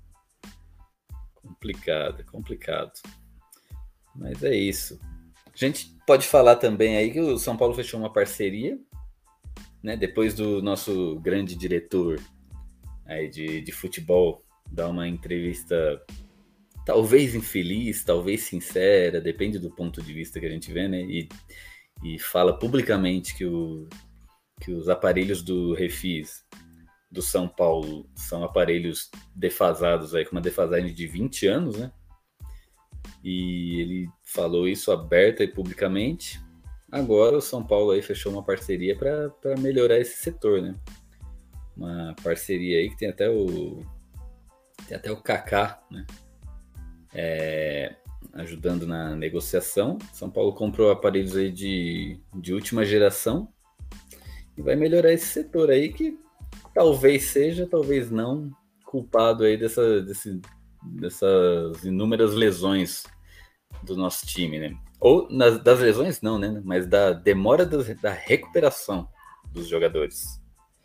Complicado. Mas é isso. A gente pode falar também aí que o São Paulo fechou uma parceria, né, depois do nosso grande diretor aí de futebol dar uma entrevista talvez infeliz, talvez sincera, depende do ponto de vista que a gente vê, né, e fala publicamente que os aparelhos do Refis do São Paulo são aparelhos defasados, aí, com uma defasagem de 20 anos, né, e ele falou isso aberta e publicamente. Agora o São Paulo aí fechou uma parceria para melhorar esse setor, né? Uma parceria aí que tem até o Kaká, né? Ajudando na negociação. São Paulo comprou aparelhos aí de última geração e vai melhorar esse setor aí que talvez seja, talvez não, culpado aí dessas inúmeras lesões do nosso time, né? Ou das lesões não, né? Mas da demora da recuperação dos jogadores.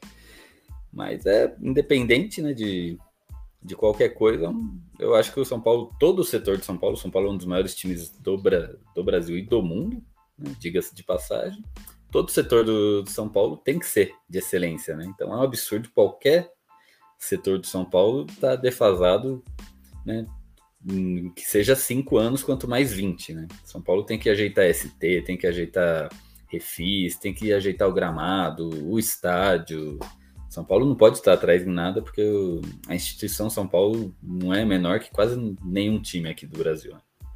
Mas independente, né, de qualquer coisa, eu acho que o São Paulo, todo o setor de São Paulo é um dos maiores times do Brasil e do mundo, né, diga-se de passagem. Todo o setor do São Paulo tem que ser de excelência, né? Então é um absurdo qualquer setor do São Paulo tá defasado, né? Que seja 5 anos, quanto mais 20, né? São Paulo tem que ajeitar ST, tem que ajeitar refis, tem que ajeitar o gramado, o estádio. São Paulo não pode estar atrás em nada, porque a instituição São Paulo não é menor que quase nenhum time aqui do Brasil.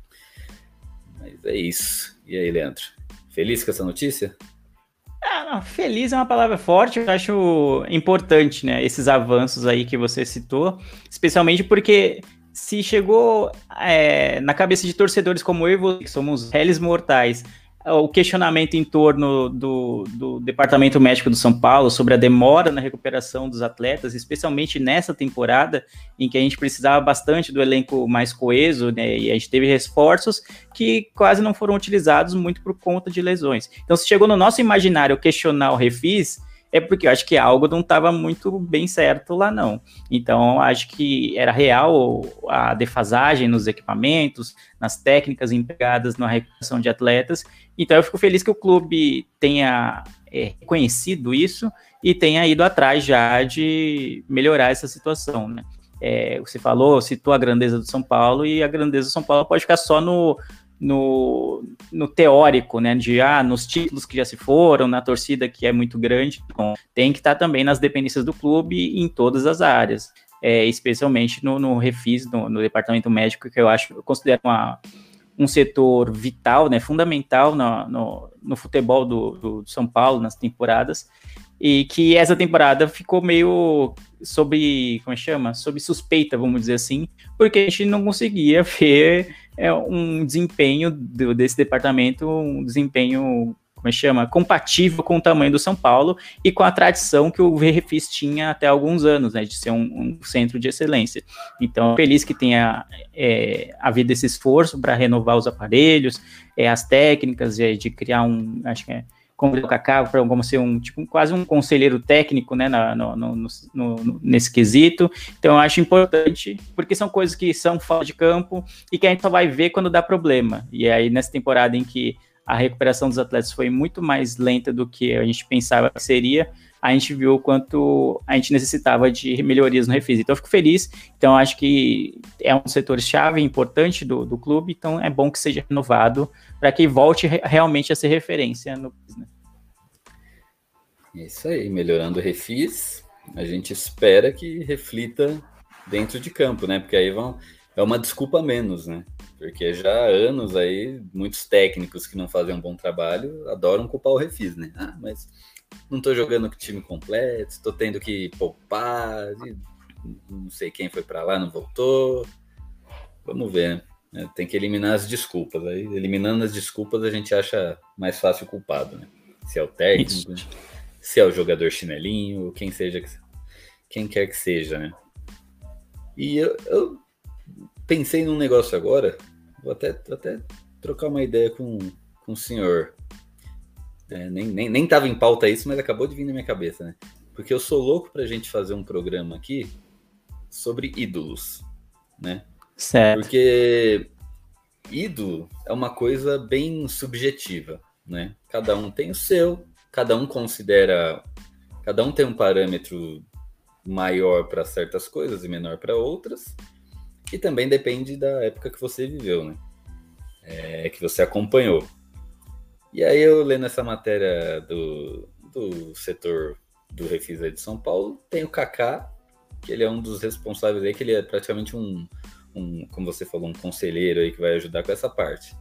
Mas é isso. E aí, Leandro? Feliz com essa notícia? Não, feliz é uma palavra forte, eu acho importante, né? Esses avanços aí que você citou, especialmente porque se chegou na cabeça de torcedores como eu e você, que somos réis mortais, o questionamento em torno do Departamento Médico do São Paulo sobre a demora na recuperação dos atletas, especialmente nessa temporada em que a gente precisava bastante do elenco mais coeso, né, e a gente teve reforços que quase não foram utilizados muito por conta de lesões. Então, se chegou no nosso imaginário questionar o Refis, é porque eu acho que algo não estava muito bem certo lá, não. Então, acho que era real a defasagem nos equipamentos, nas técnicas empregadas na recuperação de atletas. Então, eu fico feliz que o clube tenha reconhecido isso e tenha ido atrás já de melhorar essa situação, né? Você citou a grandeza do São Paulo, e a grandeza do São Paulo pode ficar só no teórico, né, nos títulos que já se foram, na torcida que é muito grande, então, tem que estar também nas dependências do clube em todas as áreas, especialmente no Refis, no departamento médico, que eu considero um setor vital, né, fundamental no futebol do São Paulo, nas temporadas, e que essa temporada ficou meio sob suspeita, vamos dizer assim, porque a gente não conseguia ver um desempenho desse departamento, um desempenho, compatível com o tamanho do São Paulo e com a tradição que o Refis tinha até alguns anos, né, de ser um centro de excelência. Então, feliz que tenha havido esse esforço para renovar os aparelhos, as técnicas, de criar acho que como o Kaká, como ser quase um conselheiro técnico, né, nesse quesito. Então, eu acho importante, porque são coisas que são fora de campo e que a gente só vai ver quando dá problema. E aí, nessa temporada em que a recuperação dos atletas foi muito mais lenta do que a gente pensava que seria, a gente viu o quanto a gente necessitava de melhorias no Refis. Então, eu fico feliz. Então, acho que é um setor-chave importante do clube, então é bom que seja renovado para que volte realmente a ser referência no business. É isso aí, melhorando o Refis, a gente espera que reflita dentro de campo, né? Porque aí é uma desculpa a menos, né? Porque já há anos aí, muitos técnicos que não fazem um bom trabalho adoram culpar o Refis, né? Ah, mas não tô jogando com o time completo, tô tendo que poupar, não sei quem foi para lá, não voltou. Vamos ver, né? Tem que eliminar as desculpas. Aí, eliminando as desculpas, a gente acha mais fácil o culpado, né? Se é o técnico, se é o jogador chinelinho, quem quer que seja, né? E eu pensei num negócio agora, vou até trocar uma ideia com o senhor. Nem tava em pauta isso, mas acabou de vir na minha cabeça, né? Porque eu sou louco pra gente fazer um programa aqui sobre ídolos, né? Certo. Porque ídolo é uma coisa bem subjetiva, né? Cada um tem o seu, cada um tem um parâmetro maior para certas coisas e menor para outras, e também depende da época que você viveu, né? Que você acompanhou. E aí eu lendo essa matéria do setor do Refis aí de São Paulo, tem o Kaká, que ele é um dos responsáveis aí, que ele é praticamente como você falou, um conselheiro aí que vai ajudar com essa parte.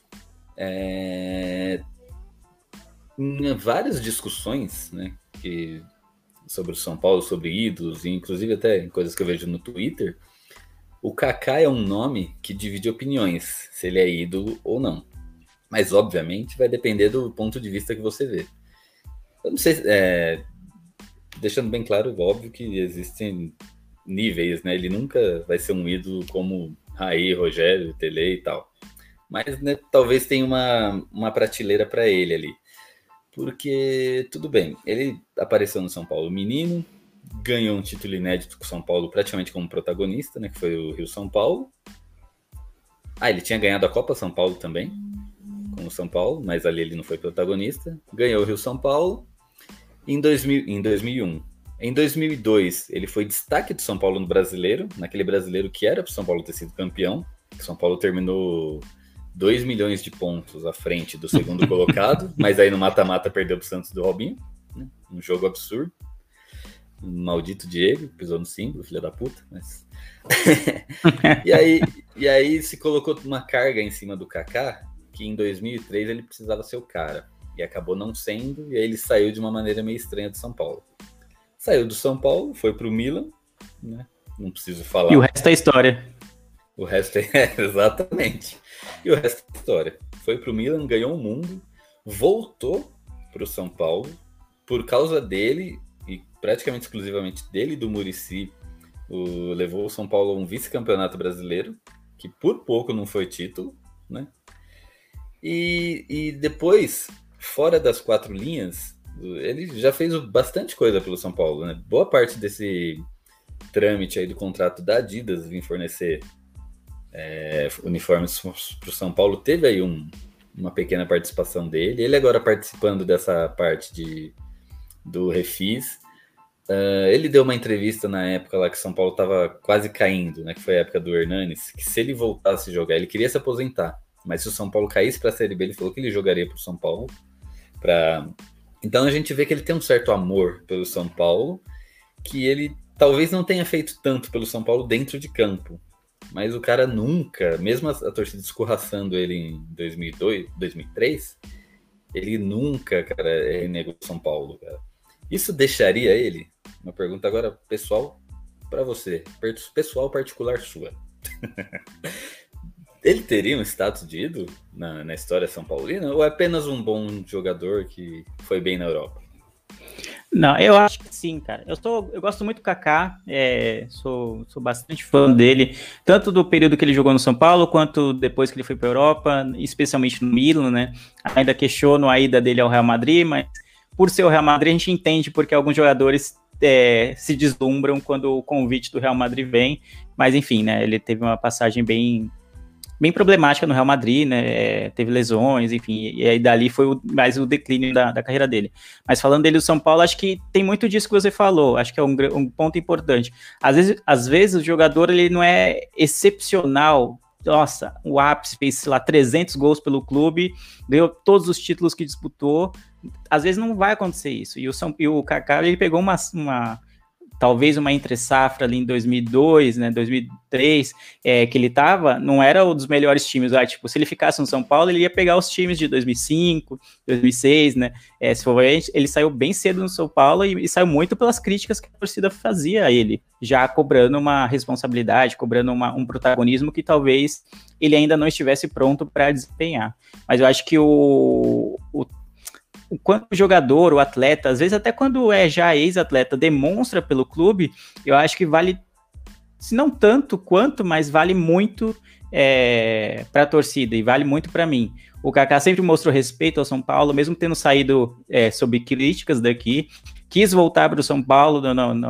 Em várias discussões, né, sobre o São Paulo, sobre ídolos, e inclusive até em coisas que eu vejo no Twitter, o Kaká é um nome que divide opiniões, se ele é ídolo ou não. Mas, obviamente, vai depender do ponto de vista que você vê. Eu não sei, deixando bem claro, óbvio que existem níveis, né? Ele nunca vai ser um ídolo como Raí, Rogério, Tele e tal. Mas, né, talvez tenha uma prateleira para ele ali. Porque, tudo bem, ele apareceu no São Paulo menino, ganhou um título inédito com o São Paulo praticamente como protagonista, né? Que foi o Rio-São Paulo. Ele tinha ganhado a Copa São Paulo também, com o São Paulo, mas ali ele não foi protagonista. Ganhou o Rio-São Paulo em 2001. Em 2002, ele foi destaque do São Paulo no Brasileiro, naquele Brasileiro que era para o São Paulo ter sido campeão. O São Paulo terminou 2 milhões de pontos à frente do segundo colocado, mas aí no mata-mata perdeu para o Santos do Robinho, né? Um jogo absurdo. Um maldito Diego, pisou no símbolo, filho da puta, mas... e aí se colocou uma carga em cima do Kaká, que em 2003 ele precisava ser o cara, e acabou não sendo, e aí ele saiu de uma maneira meio estranha do São Paulo. Saiu do São Paulo, foi pro Milan, né? Não preciso falar. E o resto é história. O resto exatamente. E o resto é história. Foi pro Milan, ganhou o mundo, voltou pro São Paulo, por causa dele, e praticamente exclusivamente dele e do Muricy, levou o São Paulo a um vice-campeonato brasileiro, que por pouco não foi título, né? E depois, fora das quatro linhas, ele já fez bastante coisa pelo São Paulo, né? Boa parte desse trâmite aí do contrato da Adidas vir fornecer uniformes para o São Paulo teve aí uma pequena participação dele. Ele agora participando dessa parte do Refis. Ele deu uma entrevista na época lá que o São Paulo estava quase caindo, né? Que foi a época do Hernanes, que se ele voltasse a jogar, ele queria se aposentar. Mas se o São Paulo caísse para a Série B, ele falou que ele jogaria para o São Paulo. Então a gente vê que ele tem um certo amor pelo São Paulo, que ele talvez não tenha feito tanto pelo São Paulo dentro de campo. Mas o cara nunca, mesmo a torcida escorraçando ele em 2002, 2003, ele nunca, cara, renegou o São Paulo, cara. Isso deixaria ele? Uma pergunta agora pessoal para você, pessoal particular sua. Ele teria um status de ídolo na história São Paulina ou é apenas um bom jogador que foi bem na Europa? Não, eu acho que sim, cara. Eu gosto muito do Kaká, sou bastante fã dele, tanto do período que ele jogou no São Paulo, quanto depois que ele foi para a Europa, especialmente no Milan, né? Ainda questiono a ida dele ao Real Madrid, mas por ser o Real Madrid, a gente entende porque alguns jogadores se deslumbram quando o convite do Real Madrid vem, mas enfim, né? Ele teve uma passagem bem problemática no Real Madrid, né, teve lesões, enfim, e aí dali foi mais o declínio da carreira dele. Mas falando dele do São Paulo, acho que tem muito disso que você falou, acho que é um ponto importante. Às vezes o jogador, ele não é excepcional, nossa, o ápice, fez, sei lá, 300 gols pelo clube, ganhou todos os títulos que disputou, às vezes não vai acontecer isso, e o Kaká, ele pegou talvez uma entre-safra ali em 2002, né, 2003, que ele tava, não era um dos melhores times, tipo, se ele ficasse no São Paulo, ele ia pegar os times de 2005, 2006, né, se for ver, ele saiu bem cedo no São Paulo e saiu muito pelas críticas que a torcida fazia a ele, já cobrando uma responsabilidade, cobrando um protagonismo que talvez ele ainda não estivesse pronto para desempenhar. Mas eu acho que quando o jogador, o atleta, às vezes até quando já ex-atleta, demonstra pelo clube, eu acho que vale, se não tanto quanto, mas vale muito para a torcida e vale muito para mim. O Kaká sempre mostrou respeito ao São Paulo, mesmo tendo saído sob críticas daqui, quis voltar para o São Paulo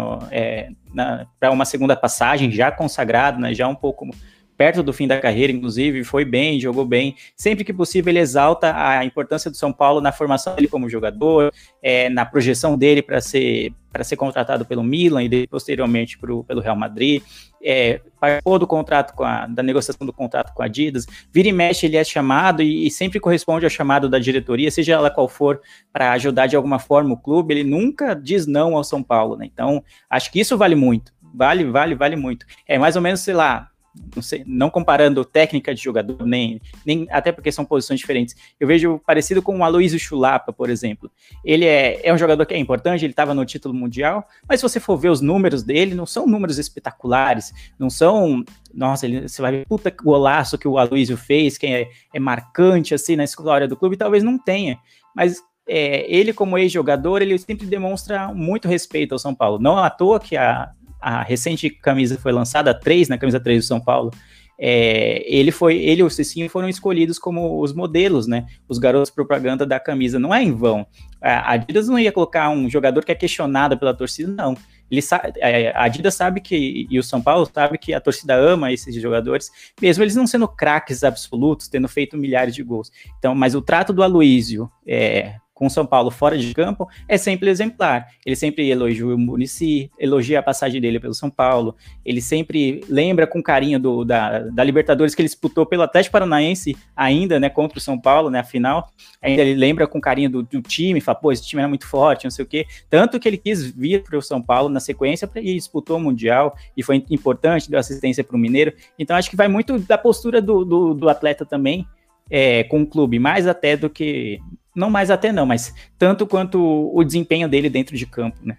para uma segunda passagem, já consagrado, né, já um pouco perto do fim da carreira, inclusive, foi bem, jogou bem. Sempre que possível, ele exalta a importância do São Paulo na formação dele como jogador, na projeção dele para ser contratado pelo Milan e posteriormente pelo Real Madrid. Participou do contrato da negociação do contrato com a Adidas. Vira e mexe, ele é chamado e sempre corresponde ao chamado da diretoria, seja ela qual for, para ajudar de alguma forma o clube. Ele nunca diz não ao São Paulo, né? Então, acho que isso vale muito. Vale muito. É mais ou menos, sei lá, não sei, não comparando técnica de jogador, nem até porque são posições diferentes. Eu vejo parecido com o Aloysio Chulapa, por exemplo. Ele é um jogador que é importante, ele estava no título mundial, mas se você for ver os números dele, não são números espetaculares, não são, nossa, você vai ver, puta golaço que o Aloysio fez, que é marcante assim na história do clube, talvez não tenha, mas ele como ex-jogador, ele sempre demonstra muito respeito ao São Paulo. Não à toa que a recente camisa foi lançada, a camisa 3 do São Paulo, ele e o Cicinho foram escolhidos como os modelos, né, os garotos propaganda da camisa. Não é em vão, a Adidas não ia colocar um jogador que é questionado pela torcida, não. A Adidas sabe e o São Paulo sabe que a torcida ama esses jogadores, mesmo eles não sendo craques absolutos, tendo feito milhares de gols. Então, mas o trato do Aloysio com o São Paulo fora de campo é sempre exemplar. Ele sempre elogia o Muricy, elogia a passagem dele pelo São Paulo, ele sempre lembra com carinho da Libertadores que ele disputou pelo Atlético Paranaense ainda, né, contra o São Paulo, né, a final, ainda ele lembra com carinho do time, fala, pô, esse time era muito forte, não sei o quê, tanto que ele quis vir para o São Paulo na sequência e disputou o Mundial, e foi importante, deu assistência para o Mineiro. Então acho que vai muito da postura do atleta também, com o clube, mais até do que... Não mais até não, mas tanto quanto o desempenho dele dentro de campo, né?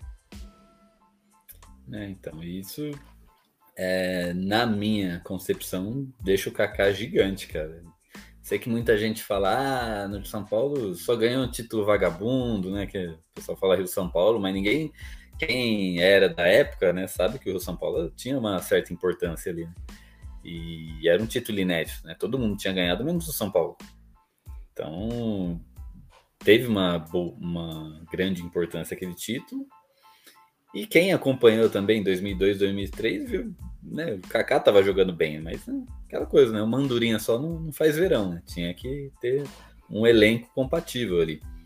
Então, isso, na minha concepção, deixa o Kaká gigante, cara. Sei que muita gente fala, no São Paulo só ganhou um título vagabundo, né? Que o pessoal fala Rio São Paulo, mas quem era da época, né, sabe que o Rio São Paulo tinha uma certa importância ali, né? E era um título inédito, né? Todo mundo tinha ganhado, menos o São Paulo. Então, teve uma grande importância aquele título. E quem acompanhou também em 2002, 2003, viu, né? O Kaká tava jogando bem, mas aquela coisa, né? Uma andorinha só não faz verão, né? Tinha que ter um elenco compatível ali.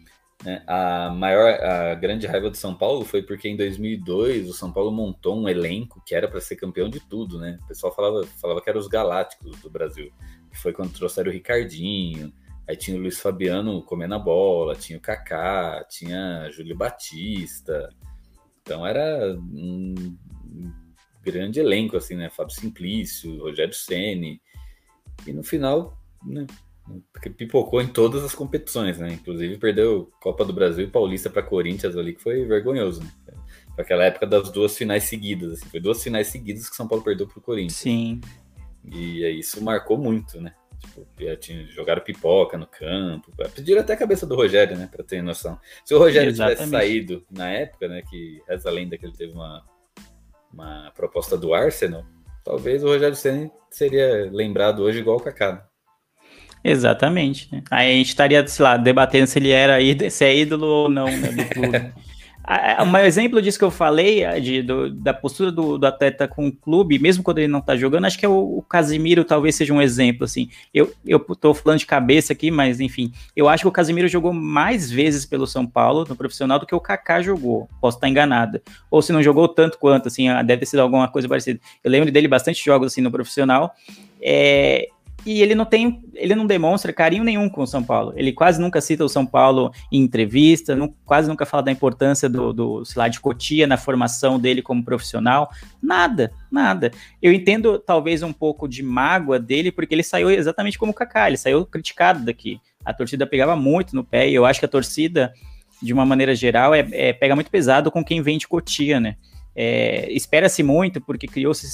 né? A grande raiva do São Paulo foi porque em 2002 o São Paulo montou um elenco que era para ser campeão de tudo, né? O pessoal falava que eram os Galácticos do Brasil, que foi quando trouxeram o Ricardinho, aí tinha o Luiz Fabiano comendo a bola, tinha o Kaká, tinha Júlio Batista, então era um grande elenco, assim, né? Fábio Simplício, Rogério Ceni, e no final, né, pipocou em todas as competições, né? Inclusive perdeu Copa do Brasil e Paulista para Corinthians ali, que foi vergonhoso, né? Foi aquela época das 2 finais seguidas, assim, foi 2 finais seguidas que São Paulo perdeu pro Corinthians. Sim. E aí isso marcou muito, né? Tipo, jogaram pipoca no campo, pediram até a cabeça do Rogério, né? Pra ter noção. Se o Rogério tivesse saído na época, né? Que reza a lenda que ele teve uma proposta do Arsenal, talvez o Rogério Ceni seria lembrado hoje igual o Kaká. Exatamente. Né? Aí a gente estaria, sei lá, debatendo se ele se é ídolo ou não, né, do clube. Um exemplo disso que eu falei, da postura do atleta com o clube, mesmo quando ele não tá jogando, acho que o Casimiro talvez seja um exemplo, assim. Eu tô falando de cabeça aqui, mas enfim, eu acho que o Casimiro jogou mais vezes pelo São Paulo, no profissional, do que o Kaká jogou. Posso estar enganada. Ou se não jogou tanto quanto, assim, deve ter sido alguma coisa parecida. Eu lembro dele bastante jogos, assim, no profissional. E ele não demonstra carinho nenhum com o São Paulo. Ele quase nunca cita o São Paulo em entrevista, quase nunca fala da importância sei lá, de Cotia na formação dele como profissional. Nada. Eu entendo talvez um pouco de mágoa dele, porque ele saiu exatamente como o Kaká, ele saiu criticado daqui. A torcida pegava muito no pé, e eu acho que a torcida, de uma maneira geral, pega muito pesado com quem vem de Cotia, né? Espera-se muito, porque criou-se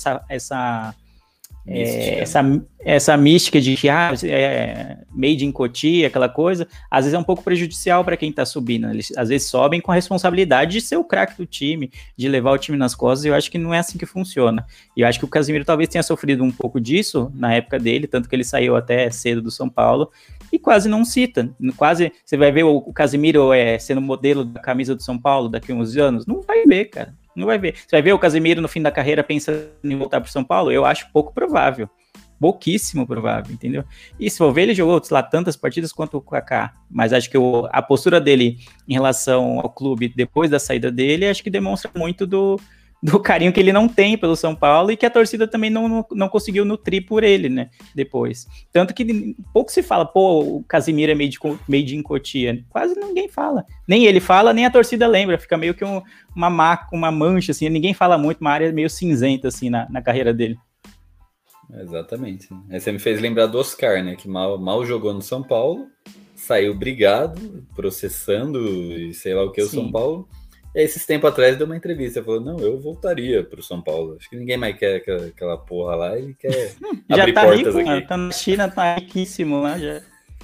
essa mística de que made in Cotia, aquela coisa, às vezes é um pouco prejudicial para quem tá subindo. Eles às vezes sobem com a responsabilidade de ser o craque do time, de levar o time nas costas, e eu acho que não é assim que funciona. E eu acho que o Casimiro talvez tenha sofrido um pouco disso na época dele, tanto que ele saiu até cedo do São Paulo e quase não cita. Quase você vai ver o Casimiro sendo modelo da camisa do São Paulo daqui a uns anos? Não vai ver, cara. Não vai ver. Você vai ver o Casimiro no fim da carreira pensando em voltar para São Paulo? Eu acho pouco provável. Pouquíssimo provável, entendeu? E se for ver, ele jogou, sei lá, tantas partidas quanto o Kaká. Mas acho que a postura dele em relação ao clube depois da saída dele, acho que demonstra muito do carinho que ele não tem pelo São Paulo e que a torcida também não conseguiu nutrir por ele, né, depois. Tanto que pouco se fala, o Casimiro é made in Cotia. Quase ninguém fala. Nem ele fala, nem a torcida lembra. Fica meio que uma mancha, assim, ninguém fala muito, uma área meio cinzenta, assim, na carreira dele. Exatamente. Aí você me fez lembrar do Oscar, né, que mal jogou no São Paulo, saiu brigado, processando e sei lá o que, o São Paulo. E aí, esses tempos atrás, deu uma entrevista, falou, não, eu voltaria pro São Paulo. Acho que ninguém mais quer aquela porra lá, ele quer já abrir tá portas rico, aqui. Tá na China, tá riquíssimo lá já.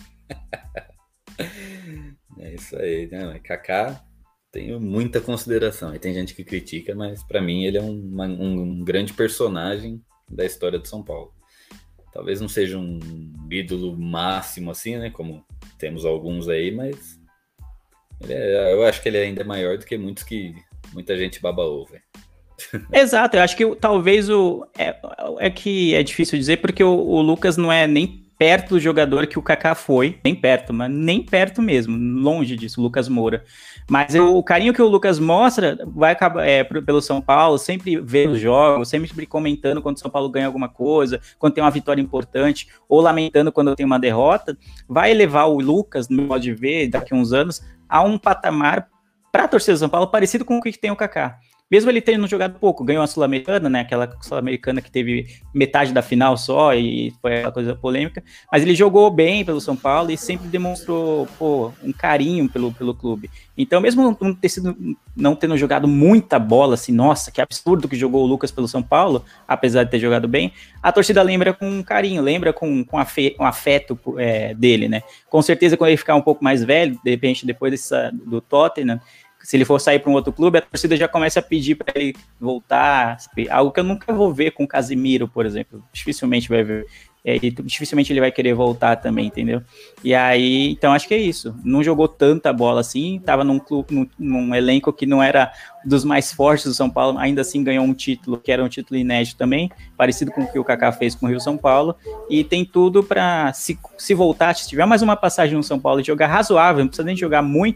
É isso aí, né? Kaká, tenho muita consideração. E tem gente que critica, mas pra mim ele é um grande personagem da história do São Paulo. Talvez não seja um ídolo máximo assim, né? Como temos alguns aí, mas eu acho que ele ainda é maior do que muitos que muita gente baba ovo. Exato, eu acho que talvez que é difícil dizer, porque o Lucas não é nem perto do jogador que o Kaká foi, nem perto, mas nem perto mesmo, longe disso, o Lucas Moura. Mas o carinho que o Lucas mostra vai acabar pelo São Paulo, sempre vendo os jogos, sempre comentando quando o São Paulo ganha alguma coisa, quando tem uma vitória importante, ou lamentando quando tem uma derrota, vai levar o Lucas, no meu modo de ver, daqui a uns anos, a um patamar para a torcida do São Paulo parecido com o que tem o Kaká. Mesmo ele tendo jogado pouco, ganhou a Sul-Americana, né, aquela Sul-Americana que teve metade da final só e foi aquela coisa polêmica, mas ele jogou bem pelo São Paulo e sempre demonstrou um carinho pelo clube. Então, mesmo não tendo jogado muita bola, assim, nossa, que absurdo que jogou o Lucas pelo São Paulo, apesar de ter jogado bem, a torcida lembra com carinho, lembra com afeto dele, né. Com certeza, quando ele ficar um pouco mais velho, de repente, depois do Tottenham, se ele for sair para um outro clube, a torcida já começa a pedir para ele voltar, algo que eu nunca vou ver com o Casimiro, por exemplo, dificilmente vai ver, e dificilmente ele vai querer voltar também, entendeu? E aí, então acho que é isso, não jogou tanta bola assim, estava num elenco que não era dos mais fortes do São Paulo, ainda assim ganhou um título, que era um título inédito também, parecido com o que o Kaká fez com o Rio São Paulo, e tem tudo para se voltar, se tiver mais uma passagem no São Paulo e jogar razoável, não precisa nem jogar muito,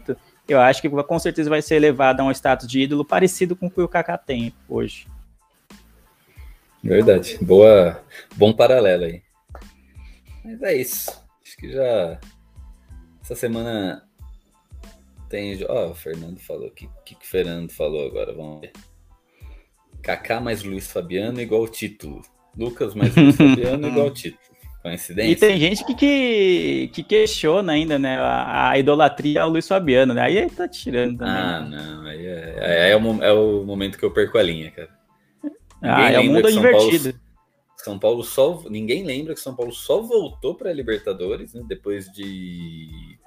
eu acho que com certeza vai ser elevado a um status de ídolo parecido com o que o Kaká tem hoje. Verdade. Bom paralelo aí. Mas é isso. Acho que já... Essa semana tem... o Fernando falou. O que o Fernando falou agora? Vamos ver. Kaká mais Luiz Fabiano igual título. Lucas mais Luiz Fabiano igual título. Coincidência? E tem gente que questiona ainda, né, a idolatria ao Luiz Fabiano, né? Aí tá tirando também. Não. Aí é o momento que eu perco a linha, cara. É o mundo invertido. São Paulo só... Ninguém lembra que São Paulo só voltou para a Libertadores, né, depois de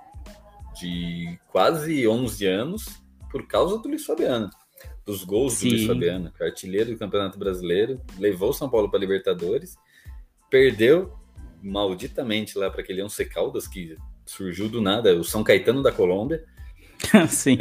quase 11 anos por causa do Luiz Fabiano. Dos gols do Luiz Fabiano, que é artilheiro do Campeonato Brasileiro, levou o São Paulo para a Libertadores, perdeu malditamente lá para aquele Once Caldas que surgiu do nada, o São Caetano da Colômbia. Sim.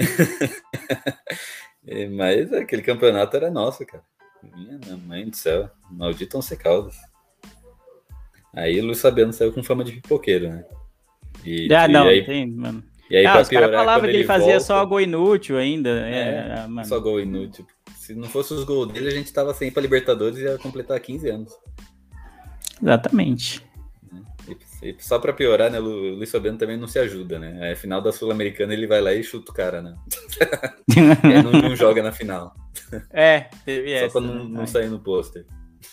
Mas aquele campeonato era nosso, cara. Minha mãe do céu, maldito Once Caldas. Aí o Luiz Fabiano saiu com fama de pipoqueiro, né? Mano. E aí, os caras falavam que ele fazia só gol inútil ainda. Mano. Só gol inútil. Se não fosse os gols dele, a gente tava sem ir pra Libertadores e ia completar 15 anos. Exatamente. E só pra piorar, né, o Luiz Fabiano também não se ajuda, né? A final da Sul-Americana ele vai lá e chuta o cara, né? Ele não joga na final. Teve só essa. Só pra não sair no pôster.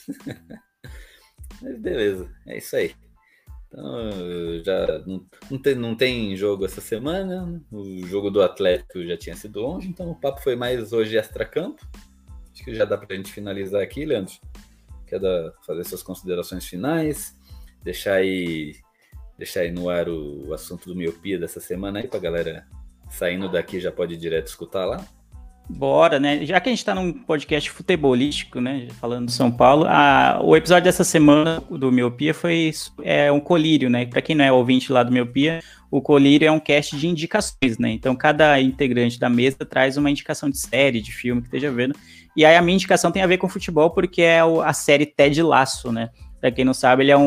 Mas beleza, é isso aí. Então, já não tem jogo essa semana. O jogo do Atlético já tinha sido ontem, então o papo foi mais hoje extracampo. Acho que já dá pra gente finalizar aqui, Leandro. Quer fazer suas considerações finais? Deixar aí no ar o assunto do miopia dessa semana aí pra galera saindo daqui já pode ir direto escutar lá. Bora, né? Já que a gente tá num podcast futebolístico, né? Falando do São Paulo, o episódio dessa semana do Miopia foi um colírio, né? Pra quem não é ouvinte lá do Miopia, o colírio é um cast de indicações, né? Então cada integrante da mesa traz uma indicação de série, de filme que esteja vendo. E aí a minha indicação tem a ver com futebol, porque é a série Ted Lasso, né? Pra quem não sabe, ele é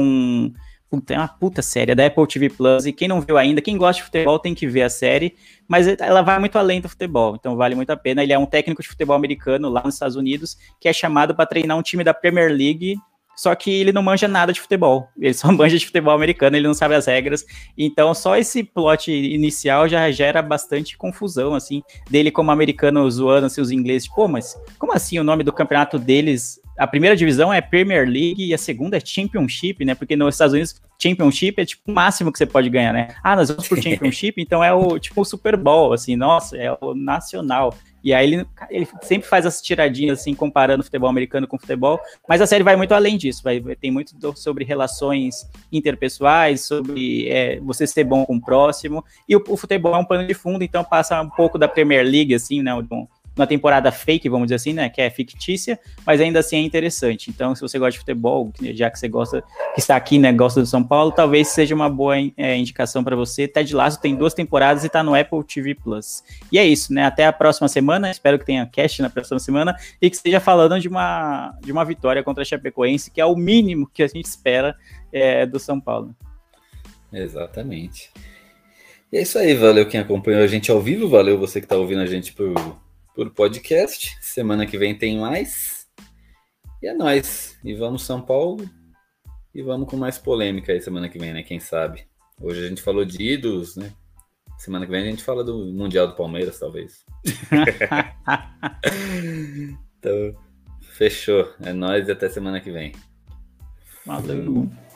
uma puta série, é da Apple TV Plus, e quem não viu ainda, quem gosta de futebol tem que ver a série, mas ela vai muito além do futebol, então vale muito a pena. Ele é um técnico de futebol americano lá nos Estados Unidos, que é chamado para treinar um time da Premier League, só que ele não manja nada de futebol, ele só manja de futebol americano, ele não sabe as regras, então só esse plot inicial já gera bastante confusão, assim, dele como americano zoando assim, os ingleses, mas como assim o nome do campeonato deles... A primeira divisão é Premier League e a segunda é Championship, né? Porque nos Estados Unidos, Championship é tipo o máximo que você pode ganhar, né? Nós vamos pro Championship, então é o Super Bowl, assim, nossa, é o nacional. E aí ele sempre faz essas tiradinhas, assim, comparando futebol americano com futebol, mas a série vai muito além disso, tem muito sobre relações interpessoais, sobre você ser bom com o próximo, e o futebol é um pano de fundo, então passa um pouco da Premier League, assim, né? Uma temporada fake, vamos dizer assim, né, que é fictícia, mas ainda assim é interessante. Então, se você gosta de futebol, já que você que está aqui, né, gosta do São Paulo, talvez seja uma boa indicação para você. Ted Lasso tem 2 temporadas e está no Apple TV Plus. E é isso, né, até a próxima semana, espero que tenha cast na próxima semana e que esteja falando de uma vitória contra a Chapecoense, que é o mínimo que a gente espera do São Paulo. Exatamente. E é isso aí, valeu quem acompanhou a gente ao vivo, valeu você que está ouvindo a gente por podcast. Semana que vem tem mais. E é nóis. E vamos São Paulo. E vamos com mais polêmica aí semana que vem, né? Quem sabe? Hoje a gente falou de ídolos, né? Semana que vem a gente fala do Mundial do Palmeiras, talvez. Então, fechou. É nóis e até semana que vem. Valeu.